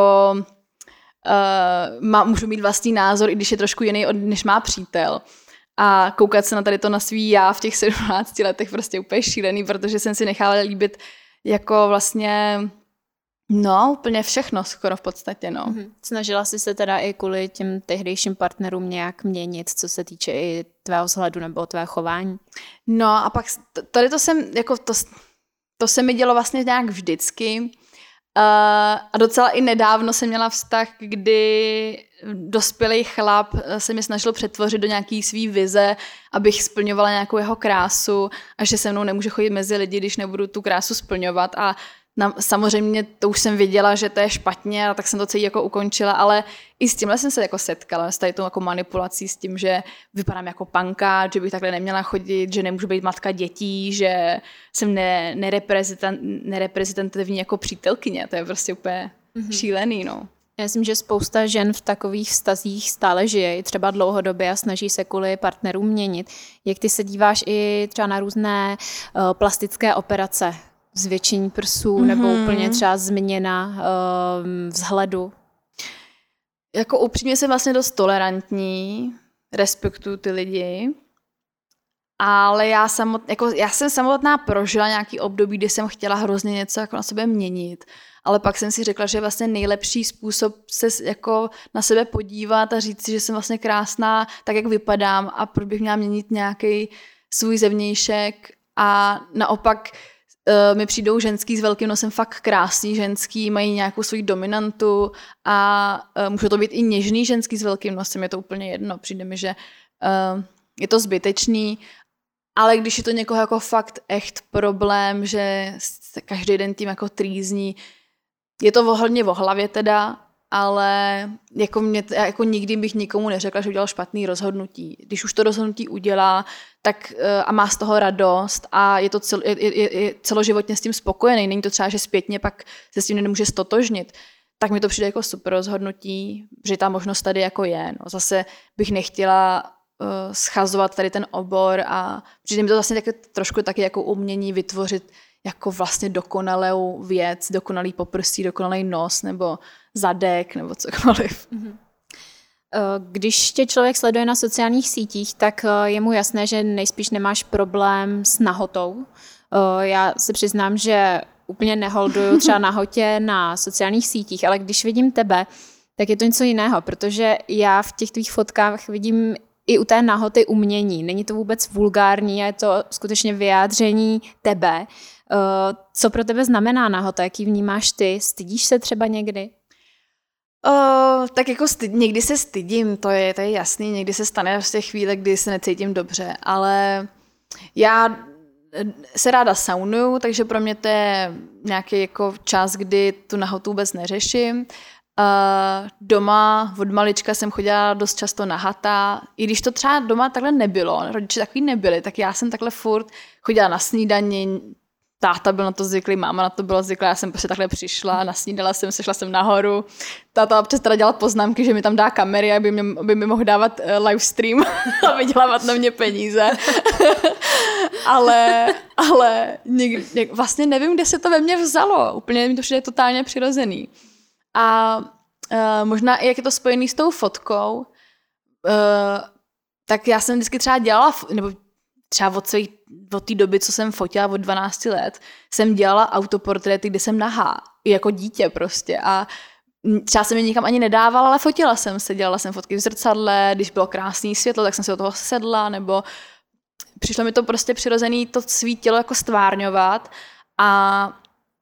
uh, má, můžu mít vlastní názor, i když je trošku jiný, než má přítel. A koukat se na tady to na svý já v těch sedmnácti letech prostě úplně šílený, protože jsem si nechala líbit jako vlastně no, úplně všechno skoro v podstatě, no. Mm-hmm. Snažila jsi se teda i kvůli těm tehdejším partnerům nějak měnit, co se týče i tvého vzhledu nebo tvého chování? No a pak tady to jsem, jako to, to se mi dělo vlastně nějak vždycky. Uh, a docela i nedávno jsem měla vztah, kdy dospělý chlap se mi snažil přetvořit do nějaký svý vize, abych splňovala nějakou jeho krásu a že se mnou nemůže chodit mezi lidi, když nebudu tu krásu splňovat a na, samozřejmě to už jsem věděla, že to je špatně a tak jsem to celý jako ukončila, ale i s tímhle jsem se jako setkala, s tady tou jako manipulací s tím, že vypadám jako pankáč, že bych takhle neměla chodit, že nemůžu být matka dětí, že jsem ne, nereprezentant, nereprezentativní jako přítelkyně, to je prostě úplně mm-hmm. šílený, no. Já myslím, že spousta žen v takových vztazích stále žije, třeba dlouhodobě a snaží se kvůli partnerům měnit. Jak ty se díváš i třeba na různé uh, plastické operace, zvětšení prsů mm-hmm. nebo úplně třeba změna uh, vzhledu? Jako upřímně jsem vlastně dost tolerantní, respektuju ty lidi, ale já, samot, jako, já jsem samotná prožila nějaký období, kdy jsem chtěla hrozně něco jako na sebe měnit, ale pak jsem si řekla, že je vlastně nejlepší způsob se jako na sebe podívat a říct si, že jsem vlastně krásná tak, jak vypadám a proč bych měla měnit nějaký svůj zevnějšek a naopak Uh, mi přijdou ženský s velkým nosem fakt krásný ženský, mají nějakou svoji dominantu a uh, může to být i něžný ženský s velkým nosem, je to úplně jedno, přijde mi, že uh, je to zbytečný, ale když je to někoho jako fakt echt problém, že se každý den tím jako trýzní, je to hodně o hlavě teda, ale jako, mě, jako nikdy bych nikomu neřekla, že udělal špatný rozhodnutí. Když už to rozhodnutí udělá tak, a má z toho radost a je to cel, je, je, je celoživotně s tím spokojený, není to třeba, že zpětně pak se s tím nemůže stotožnit, tak mi to přijde jako super rozhodnutí, že ta možnost tady jako je. No. Zase bych nechtěla uh, schazovat tady ten obor a přijde mi to vlastně taky, trošku taky jako umění vytvořit jako vlastně dokonalou věc, dokonalý poprsí, dokonalý nos nebo zadek nebo cokoliv. Když tě člověk sleduje na sociálních sítích, tak je mu jasné, že nejspíš nemáš problém s nahotou. Já se přiznám, že úplně neholduju třeba nahotě na sociálních sítích, ale když vidím tebe, tak je to něco jiného, protože já v těch tvých fotkách vidím i u té nahoty umění. Není to vůbec vulgární, je to skutečně vyjádření tebe. Co pro tebe znamená nahota? Jaký vnímáš ty? Stydíš se třeba někdy? Uh, tak jako styd, někdy se stydím, to je, to je jasný, někdy se stane v těch chvíli, kdy se necítím dobře, ale já se ráda saunuju, takže pro mě to je nějaký jako čas, kdy tu nahotu vůbec neřeším. Uh, doma od malička jsem chodila dost často nahatá, i když to třeba doma takhle nebylo, rodiče takový nebyli, tak já jsem takhle furt chodila na snídani, táta byl na to zvyklý, máma na to byla zvyklá, já jsem prostě takhle přišla, nasnídala jsem, sešla jsem nahoru. Táta občas teda dělal poznámky, že mi tam dá kamery, aby, mě, aby mi mohl dávat uh, live stream a vydělávat na mě peníze. ale ale někdy, vlastně nevím, kde se to ve mně vzalo. Úplně mi to přijde totálně přirozený. A uh, možná i jak je to spojený s tou fotkou, uh, tak já jsem vždycky třeba dělala, nebo třeba od, svých, od té doby, co jsem fotila od dvanácti let, jsem dělala autoportréty, kde jsem nahá, i jako dítě prostě. A třeba jsem je nikam ani nedávala, ale fotila jsem se, dělala jsem fotky v zrcadle, když bylo krásný světlo, tak jsem se do toho sedla, nebo přišlo mi to prostě přirozený to svý tělo jako stvárňovat a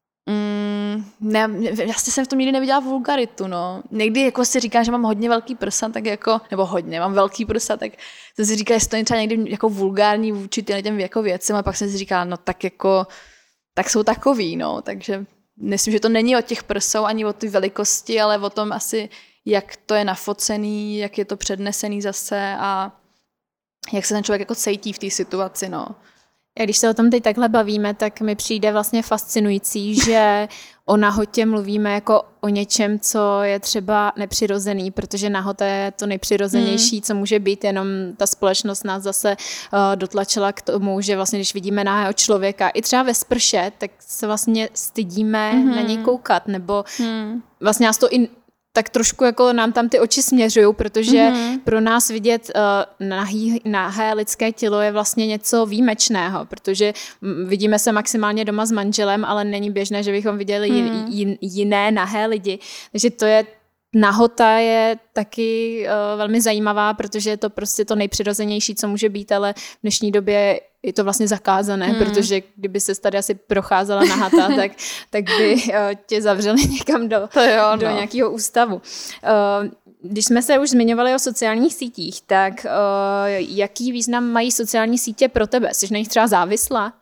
mm, ne, vlastně jsem v tom nikdy neviděla vulgaritu, no. Někdy jako si říkám, že mám hodně velký prsa, tak jako, nebo hodně, mám velký prsa, tak jsem si říkala, jestli to je třeba někdy jako vulgární vůči těm jako věcem, a pak jsem si říkala, no tak jako, tak jsou takový, no, takže myslím, že to není o těch prsou ani o té velikosti, ale o tom asi, jak to je nafocený, jak je to přednesený zase a jak se ten člověk jako cítí v té situaci, no. A když se o tom teď takhle bavíme, tak mi přijde vlastně fascinující, že o nahotě mluvíme jako o něčem, co je třeba nepřirozený, protože nahota je to nejpřirozenější, mm. co může být, jenom ta společnost nás zase uh, dotlačila k tomu, že vlastně když vidíme nahého člověka, i třeba ve sprše, tak se vlastně stydíme mm. na něj koukat, nebo mm. vlastně nás to i tak trošku jako nám tam ty oči směřují, protože mm-hmm. pro nás vidět uh, nahý, nahé lidské tělo je vlastně něco výjimečného, protože vidíme se maximálně doma s manželem, ale není běžné, že bychom viděli mm. jin, jin, jiné nahé lidi. Takže to je nahota je taky uh, velmi zajímavá, protože je to prostě to nejpřirozenější, co může být, ale v dnešní době je to vlastně zakázané, hmm. protože kdyby se tady asi procházela nahata, tak, tak by uh, tě zavřeli někam do, to jo, no. do nějakého ústavu. Uh, když jsme se už zmiňovali o sociálních sítích, tak uh, jaký význam mají sociální sítě pro tebe? Jsi na nich třeba závislá?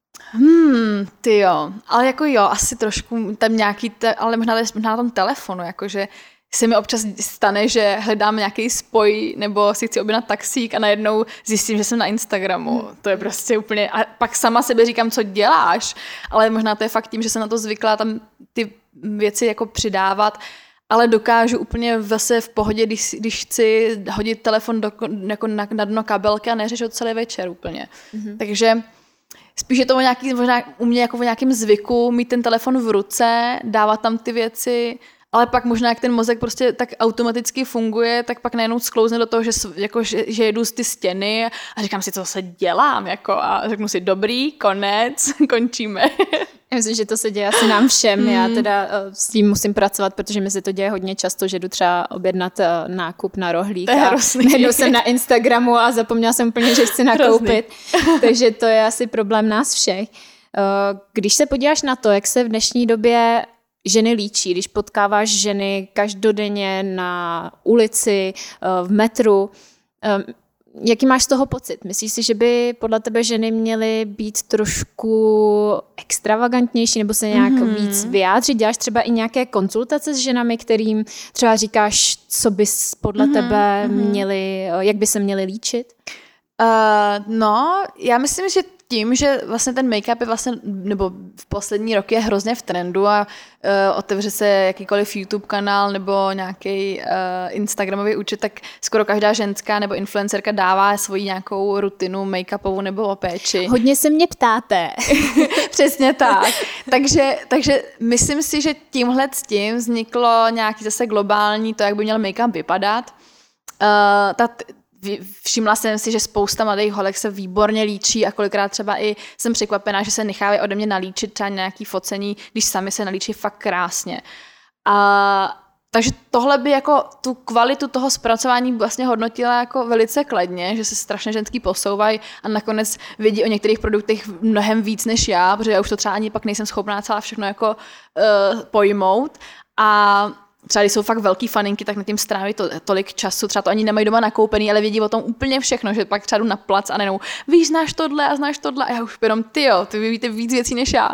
Hmm, ty jo, ale jako jo, asi trošku tam nějaký, te, ale možná, možná na tom telefonu, jakože se mi občas stane, že hledám nějaký spoj nebo si chci objednat taxík a najednou zjistím, že jsem na Instagramu. Hmm. To je prostě úplně... A pak sama sebe říkám, co děláš, ale možná to je fakt tím, že jsem na to zvykla tam ty věci jako přidávat, ale dokážu úplně zase v pohodě, když, když chci hodit telefon do, jako na, na dno kabelky a neřešit ho celý večer úplně. Hmm. Takže spíš je to o nějaký, možná u mě jako o nějakém zvyku mít ten telefon v ruce, dávat tam ty věci. Ale pak možná, jak ten mozek prostě tak automaticky funguje, tak pak najednou sklouzne do toho, že, jako, že, že jedu z ty stěny a říkám si, co se dělám, jako, a řeknu si, dobrý, konec, končíme. Já myslím, že to se děje asi nám všem. Mm. Já teda uh, s tím musím pracovat, protože mi se to děje hodně často, že jdu třeba objednat uh, nákup na rohlík a najednou jsem na Instagramu a zapomněla jsem úplně, že chci nakoupit. Takže to je asi problém nás všech. Uh, když se podíváš na to, jak se v dnešní době ženy líčí, když potkáváš ženy každodenně na ulici, v metru. Jaký máš z toho pocit? Myslíš si, že by podle tebe ženy měly být trošku extravagantnější nebo se nějak mm-hmm. víc vyjádřit? Děláš třeba i nějaké konzultace s ženami, kterým třeba říkáš, co bys podle mm-hmm. tebe měli, jak by se měly líčit? Uh, no, já myslím, že tím, že vlastně ten make-up je vlastně, nebo v poslední roky je hrozně v trendu a uh, otevře se jakýkoliv YouTube kanál nebo nějaký uh, Instagramový účet, tak skoro každá ženská nebo influencerka dává svoji nějakou rutinu make-upovou nebo o péči. Hodně se mě ptáte. Přesně tak. takže, takže myslím si, že tímhle s tím vzniklo nějaký zase globální to, jak by měl make-up vypadat. Uh, ta Všimla jsem si, že spousta mladých holek se výborně líčí a kolikrát třeba i jsem překvapená, že se nechávají ode mě nalíčit třeba nějaký focení, když sami se nalíčí fakt krásně. A, takže tohle by jako tu kvalitu toho zpracování vlastně hodnotila jako velice kladně, že se strašně ženský posouvají a nakonec vidí o některých produktech mnohem víc než já, protože já už to třeba ani pak nejsem schopná celá všechno jako uh, pojmout. A třeba když jsou fakt velký faninky, tak nad tím stráví to, tolik času, třeba to ani nemají doma nakoupený, ale vědí o tom úplně všechno, že pak třeba jdu na plac a nenou, víš, znáš tohle a znáš tohle a já už jenom, tyjo, ty víte víc věcí než já.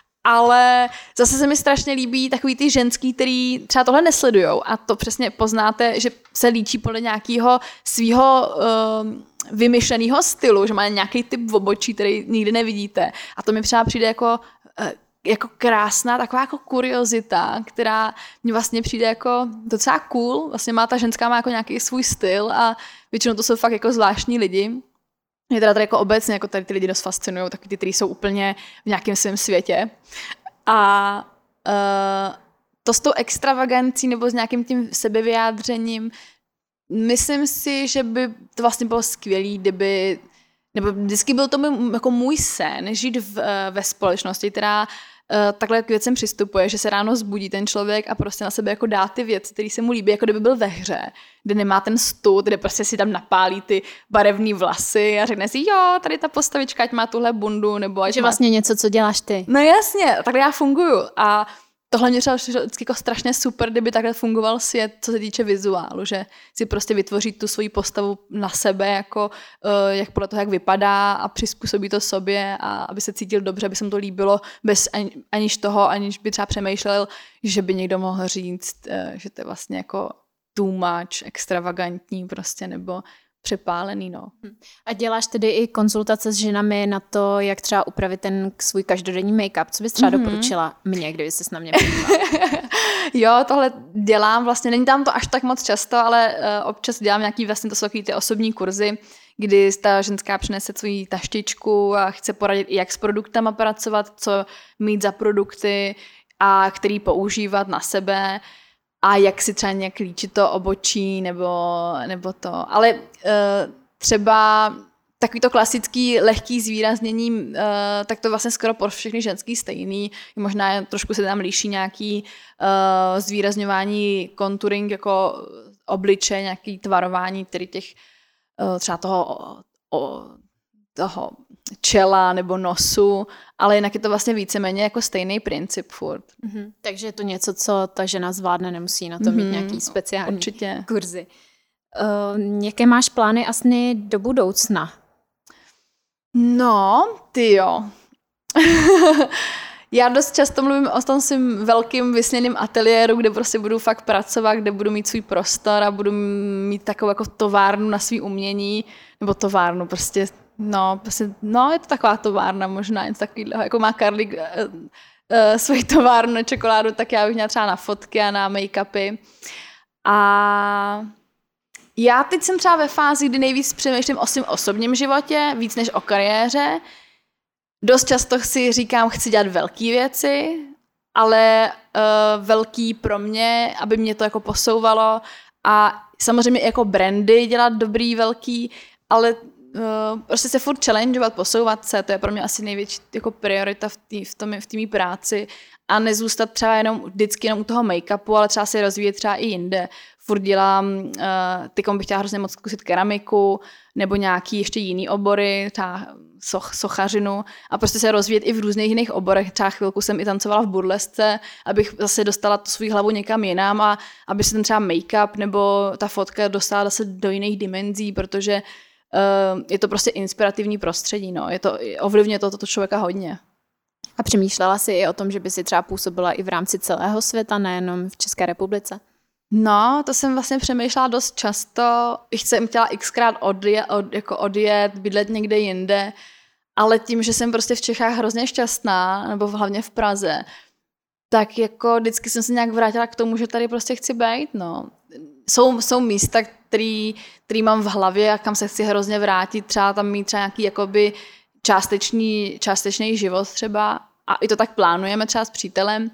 Ale zase se mi strašně líbí takový ty ženský, který třeba tohle nesledujou a to přesně poznáte, že se líčí podle nějakého svého uh, vymyšleného stylu, že má nějaký typ obočí, který nikdy nevidíte. A to mi třeba přijde jako uh, jako krásná, taková jako kuriozita, která mi vlastně přijde jako docela cool. Vlastně má ta ženská má jako nějaký svůj styl a většinou to jsou fakt jako zvláštní lidi. Mě teda tady jako obecně jako tady ty lidi dost fascinují, takový ty, kteří jsou úplně v nějakém svém světě. A uh, to s tou extravagancí nebo s nějakým tím sebevyjádřením, myslím si, že by to vlastně bylo skvělý, kdyby nebo vždycky byl to můj, jako můj sen, žít v, ve společnosti, která takhle k věcem přistupuje, že se ráno zbudí ten člověk a prostě na sebe jako dá ty věci, které se mu líbí, jako kdyby byl ve hře, kde nemá ten stud, kde prostě si tam napálí ty barevné vlasy a řekne si, jo, tady ta postavička, ať má tuhle bundu, nebo ať že má... vlastně něco, co děláš ty. No jasně, takhle já funguju a tohle mě třeba vždycky jako strašně super, kdyby takhle fungoval svět, co se týče vizuálu, že si prostě vytvoří tu svoji postavu na sebe, jako uh, jak podle toho, jak vypadá a přizpůsobí to sobě a aby se cítil dobře, aby se mu to líbilo, bez ani, aniž toho, aniž by třeba přemýšlel, že by někdo mohl říct, uh, že to je vlastně jako too much, extravagantní prostě, nebo přepálený, no. A děláš tedy i konzultace s ženami na to, jak třeba upravit ten svůj každodenní make-up. Co bys třeba mm-hmm. doporučila mě, kdyby ses na mě podívala? Jo, tohle dělám vlastně, není tam to až tak moc často, ale uh, občas dělám nějaký vlastně, to jsou takový ty osobní kurzy, kdy ta ženská přinese svou taštičku a chce poradit, jak s produktama pracovat, co mít za produkty a který používat na sebe. A jak si třeba nějak líčit to obočí nebo, nebo to. Ale uh, třeba takový to klasický lehký zvýraznění, uh, tak to vlastně skoro pro všechny ženský stejný. Možná trošku se tam líší nějaký uh, zvýrazňování, contouring jako obliče, nějaký tvarování, který těch uh, třeba toho, o, toho čela nebo nosu, ale jinak je to vlastně víceméně jako stejný princip furt. Mm-hmm. Takže je to něco, co ta žena zvládne, nemusí na to mít mm-hmm. nějaký speciální Určitě. kurzy. Uh, jaké máš plány a sny do budoucna? No, ty jo. Já dost často mluvím o tom svým velkým vysněným ateliéru, kde prostě budu fakt pracovat, kde budu mít svůj prostor a budu mít takovou jako továrnu na svý umění, nebo továrnu prostě, no, prostě, no, je to taková továrna možná, něco takového, jako má Karlík uh, uh, svoji továrnu na čokoládu, tak já bych měla třeba na fotky a na make-upy. A já teď jsem třeba ve fázi, kdy nejvíc přemýšlím o svém osobním životě, víc než o kariéře. Dost často si říkám, chci dělat velké věci, ale uh, velký pro mě, aby mě to jako posouvalo a samozřejmě jako brandy dělat dobrý, velký, ale uh, prostě se furt challengeovat, posouvat se, to je pro mě asi největší jako priorita v té v tom, v té mý práci a nezůstat třeba jenom vždycky jenom u toho make-upu, ale třeba se rozvíjet třeba i jinde. Furt dělám, uh, tykom bych chtěla hrozně moc zkusit keramiku nebo nějaký ještě jiný obory, třeba soch, sochařinu a prostě se rozvíjet i v různých jiných oborech. Třeba chvilku jsem i tancovala v burlesce, abych zase dostala tu svou hlavu někam jinam a aby se ten třeba make-up nebo ta fotka dostala zase do jiných dimenzí, protože uh, je to prostě inspirativní prostředí. No. Je to, ovlivňuje to toto člověka hodně. A přemýšlela jsi i o tom, že by si třeba působila i v rámci celého světa, nejenom v České republice? No, to jsem vlastně přemýšlela dost často. Jsem chtěla xkrát odjet, od, jako odjet, bydlet někde jinde, ale tím, že jsem prostě v Čechách hrozně šťastná, nebo hlavně v Praze, tak jako vždycky jsem se nějak vrátila k tomu, že tady prostě chci být, no. Jsou, jsou místa, který, který mám v hlavě a kam se chci hrozně vrátit, třeba tam mít třeba nějaký jakoby částečný, částečný život třeba a i to tak plánujeme třeba s přítelem,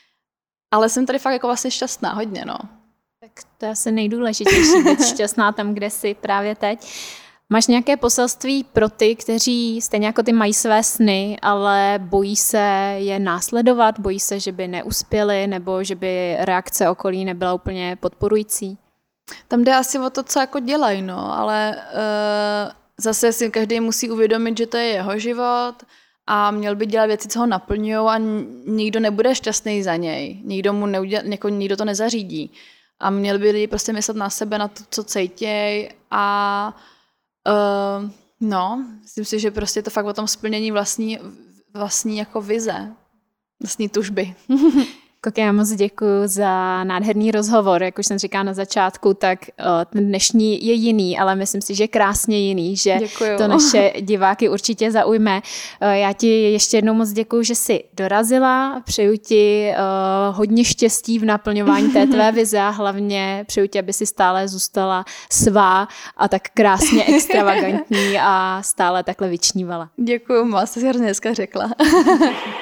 ale jsem tady fakt jako vlastně šťastná hodně, no. Tak to je asi nejdůležitější, být šťastná tam, kde jsi právě teď. Máš nějaké poselství pro ty, kteří stejně jako ty mají své sny, ale bojí se je následovat, bojí se, že by neuspěli nebo že by reakce okolí nebyla úplně podporující? Tam jde asi o to, co jako dělají, no, ale uh, zase si každý musí uvědomit, že to je jeho život a měl by dělat věci, co ho naplňují a nikdo nebude šťastný za něj. Nikdo mu neudělá, jako nikdo to nezařídí. A měl by lidi prostě myslet na sebe, na to, co cítěj a uh, no, myslím si, že prostě je to fakt o tom splnění vlastní, vlastní jako vize, vlastní tužby. Koky, já moc děkuji za nádherný rozhovor. Jak už jsem říkala na začátku, tak uh, ten dnešní je jiný, ale myslím si, že krásně jiný, že děkuju. To naše diváky určitě zaujme. Uh, já ti ještě jednou moc děkuji, že jsi dorazila. Přeju ti uh, hodně štěstí v naplňování té tvé vize a hlavně přeju ti, aby si stále zůstala svá a tak krásně extravagantní a stále takhle vyčnívala. Děkuji moc, to jsi hrozně dneska řekla.